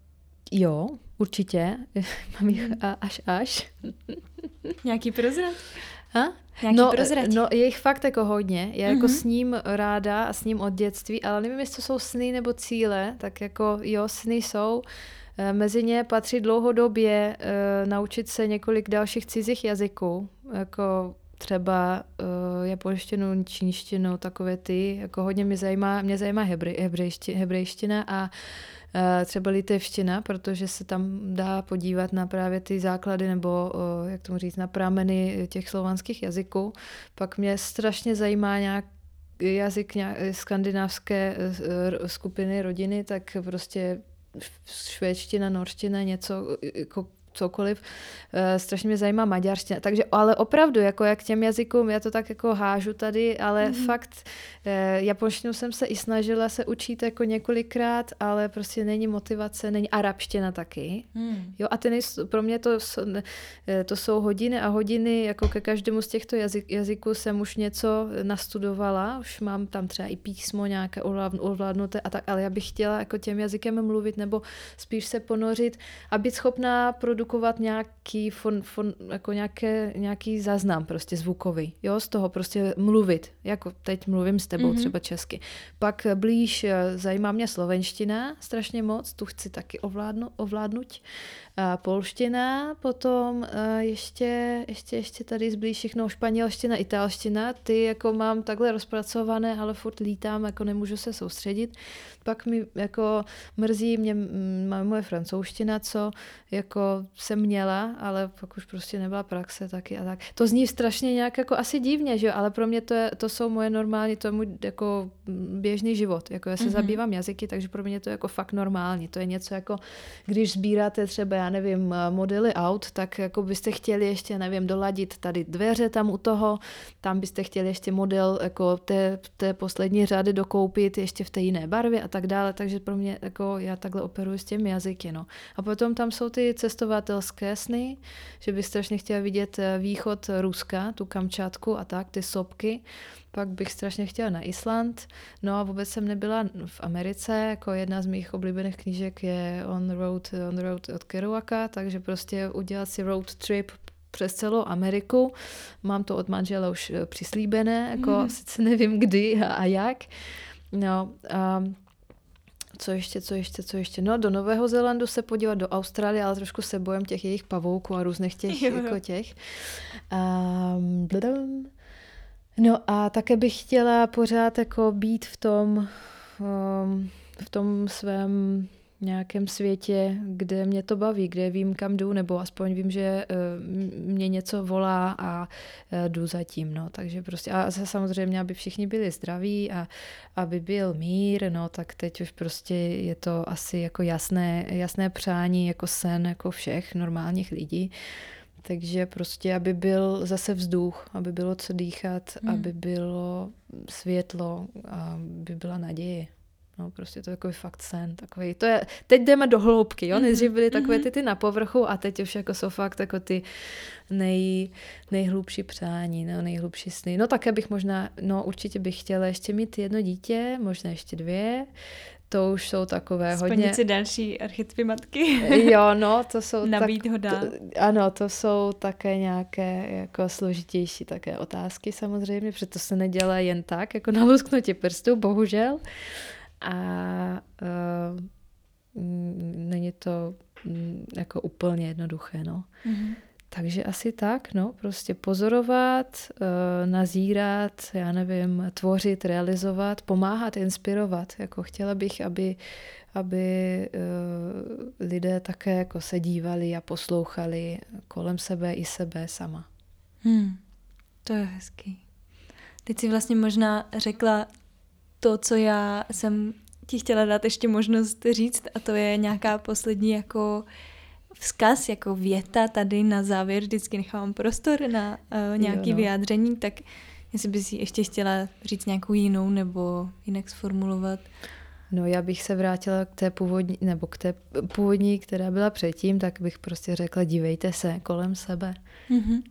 jo, určitě, mám jich až až. Nějaký prozrad? Ha? Nějaký no, prozrať? No, je jich fakt jako hodně. Já jako mm-hmm. s ním ráda a s ním od dětství, ale nevím, jestli to jsou sny nebo cíle, tak jako jo, sny jsou. Mezi ně patří dlouhodobě uh, naučit se několik dalších cizích jazyků, jako třeba uh, japonštinu, čínštinu, takové ty, jako hodně mě zajímá, mě zajímá hebrej, hebrejština, hebrejština a uh, třeba litevština, protože se tam dá podívat na právě ty základy nebo, uh, jak tomu říct, na prameny těch slovanských jazyků. Pak mě strašně zajímá nějak jazyk nějak, skandinávské uh, skupiny, rodiny, tak prostě švédština, norština, něco jako cokoliv. E, strašně mě zajímá maďarština. Takže, ale opravdu, jako jak těm jazykům, já to tak jako hážu tady, ale mm-hmm. fakt e, japonštinu jsem se i snažila se učit jako několikrát, ale prostě není motivace, není arabština taky. Mm. Jo, a ty nejsou, pro mě to, to jsou hodiny a hodiny, jako ke každému z těchto jazyk, jazyků jsem už něco nastudovala, už mám tam třeba i písmo nějaké ovládnuté a tak, ale já bych chtěla jako těm jazykem mluvit nebo spíš se ponořit a být schopná produkovat nějaký, fon, fon, jako nějaké, nějaký záznam prostě zvukový, jo, z toho prostě mluvit, jako teď mluvím s tebou mm-hmm. třeba česky. Pak blíž zajímá mě slovenština strašně moc, tu chci taky ovládnu, ovládnout. A polština, potom ještě, ještě, ještě tady zblíž všechno španělština, italština, ty jako mám takhle rozpracované, ale furt lítám, jako nemůžu se soustředit. Pak mi jako mrzí mě moje francouzština, co jako jsem měla, ale pak už prostě nebyla praxe taky a tak. To zní strašně nějak jako asi divně, že jo, ale pro mě to, je, to jsou moje normální, to je můj jako běžný život, jako já se mm-hmm. zabývám jazyky, takže pro mě to je jako fakt normální. To je něco jako, když sbíráte třeba, já nevím, modely aut, tak jako byste chtěli ještě, nevím, doladit tady dveře tam u toho, tam byste chtěli ještě model jako té, té poslední řady dokoupit ještě v té jiné barvě a tak dále, takže pro mě jako já takhle operuji s těmi jazyky, no. A potom tam jsou ty cestovatelské sny, že bych strašně chtěla vidět východ Ruska, tu Kamčatku a tak, ty sopky. Pak bych strašně chtěla na Island. No a vůbec jsem nebyla v Americe, jako jedna z mých oblíbených knížek je On the Road, on the road od Kerouaka, takže prostě udělat si road trip přes celou Ameriku. Mám to od manžela už přislíbené, jako mm. sice nevím kdy a, a jak. No a co ještě, co ještě, co ještě? No, do Nového Zélandu se podívat, do Austrálie, ale trošku se bojím těch jejich pavouků a různých těch, jo, jako těch. Um, no a také bych chtěla pořád jako být v tom, um, v tom svém nějakém světě, kde mě to baví, kde vím, kam jdu, nebo aspoň vím, že uh, mě něco volá a uh, jdu za tím, no, takže prostě a samozřejmě, aby všichni byli zdraví a aby byl mír, no, tak teď už prostě je to asi jako jasné, jasné přání, jako sen, jako všech normálních lidí, takže prostě, aby byl zase vzduch, aby bylo co dýchat, hmm. aby bylo světlo, aby byla naděje. No, prostě to je takový fakt sen, takový, to je, teď jdeme do hloubky, jo, nejdřív byly takové ty, ty na povrchu a teď už jako jsou fakt jako ty nej, nejhlubší přání, no, nejhlubší sny. No také bych možná, no určitě bych chtěla ještě mít jedno dítě, možná ještě dvě, to už jsou takové Splnit hodně... si další archetypy matky. Jo, no, to jsou... Nabít tak, ho dál. To, ano, to jsou také nějaké jako složitější také otázky samozřejmě, protože to se nedělá jen tak, jako na lusknutí prstů, bohužel. a uh, není to mm, jako úplně jednoduché, no. Mm-hmm. Takže asi tak, no, prostě pozorovat, uh, nazírat, já nevím, tvořit, realizovat, pomáhat, inspirovat. Jako chtěla bych, aby, aby uh, lidé také jako se dívali a poslouchali kolem sebe i sebe sama. Hmm, to je hezký. Teď si vlastně možná řekla to, co já jsem ti chtěla dát ještě možnost říct, a to je nějaká poslední jako vzkaz, jako věta tady na závěr, vždycky nechám prostor na uh, nějaké jo, no. vyjádření, tak jestli bys si ještě chtěla říct nějakou jinou nebo jinak sformulovat. No já bych se vrátila k té původní, nebo k té původní, která byla předtím, tak bych prostě řekla, dívejte se kolem sebe. Mm-hmm.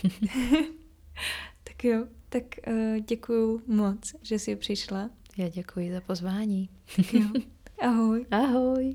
Tak jo, tak uh, děkuju moc, že jsi přišla. Já děkuji za pozvání. Jo. Ahoj. Ahoj.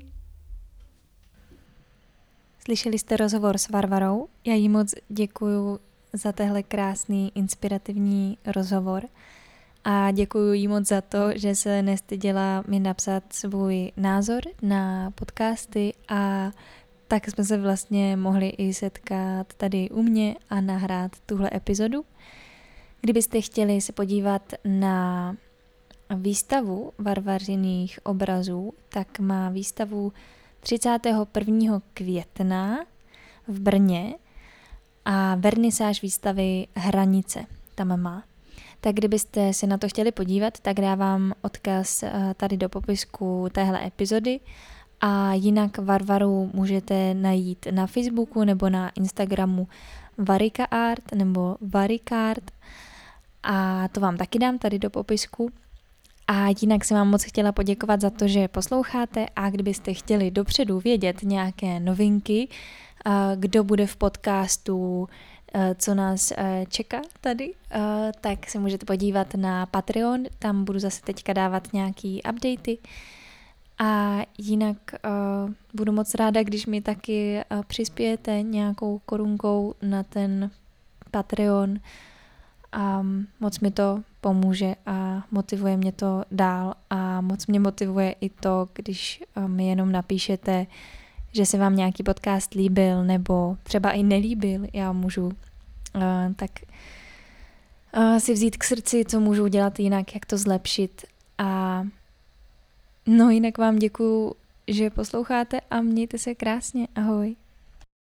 Slyšeli jste rozhovor s Varvarou? Já jí moc děkuju za tehle krásný, inspirativní rozhovor. A děkuju jí moc za to, že se nestyděla mi napsat svůj názor na podcasty a tak jsme se vlastně mohli i setkat tady u mě a nahrát tuhle epizodu. Kdybyste chtěli se podívat na výstavu Varvařiných obrazů, tak má výstavu třicátého prvního května v Brně a vernisáž výstavy Hranice tam má. Tak kdybyste se na to chtěli podívat, tak dávám odkaz tady do popisku téhle epizody a jinak Varvaru můžete najít na Facebooku nebo na Instagramu Varika Art nebo Varikart a to vám taky dám tady do popisku. A jinak jsem vám moc chtěla poděkovat za to, že posloucháte a kdybyste chtěli dopředu vědět nějaké novinky, kdo bude v podcastu, co nás čeká tady, tak se můžete podívat na Patreon, tam budu zase teďka dávat nějaký updaty. A jinak budu moc ráda, když mi taky přispějete nějakou korunkou na ten Patreon. A moc mi to pomůže a motivuje mě to dál a moc mě motivuje i to, když mi jenom napíšete, že se vám nějaký podcast líbil nebo třeba i nelíbil, já můžu uh, tak uh, si vzít k srdci, co můžu udělat jinak, jak to zlepšit a no jinak vám děkuju, že posloucháte a mějte se krásně, ahoj.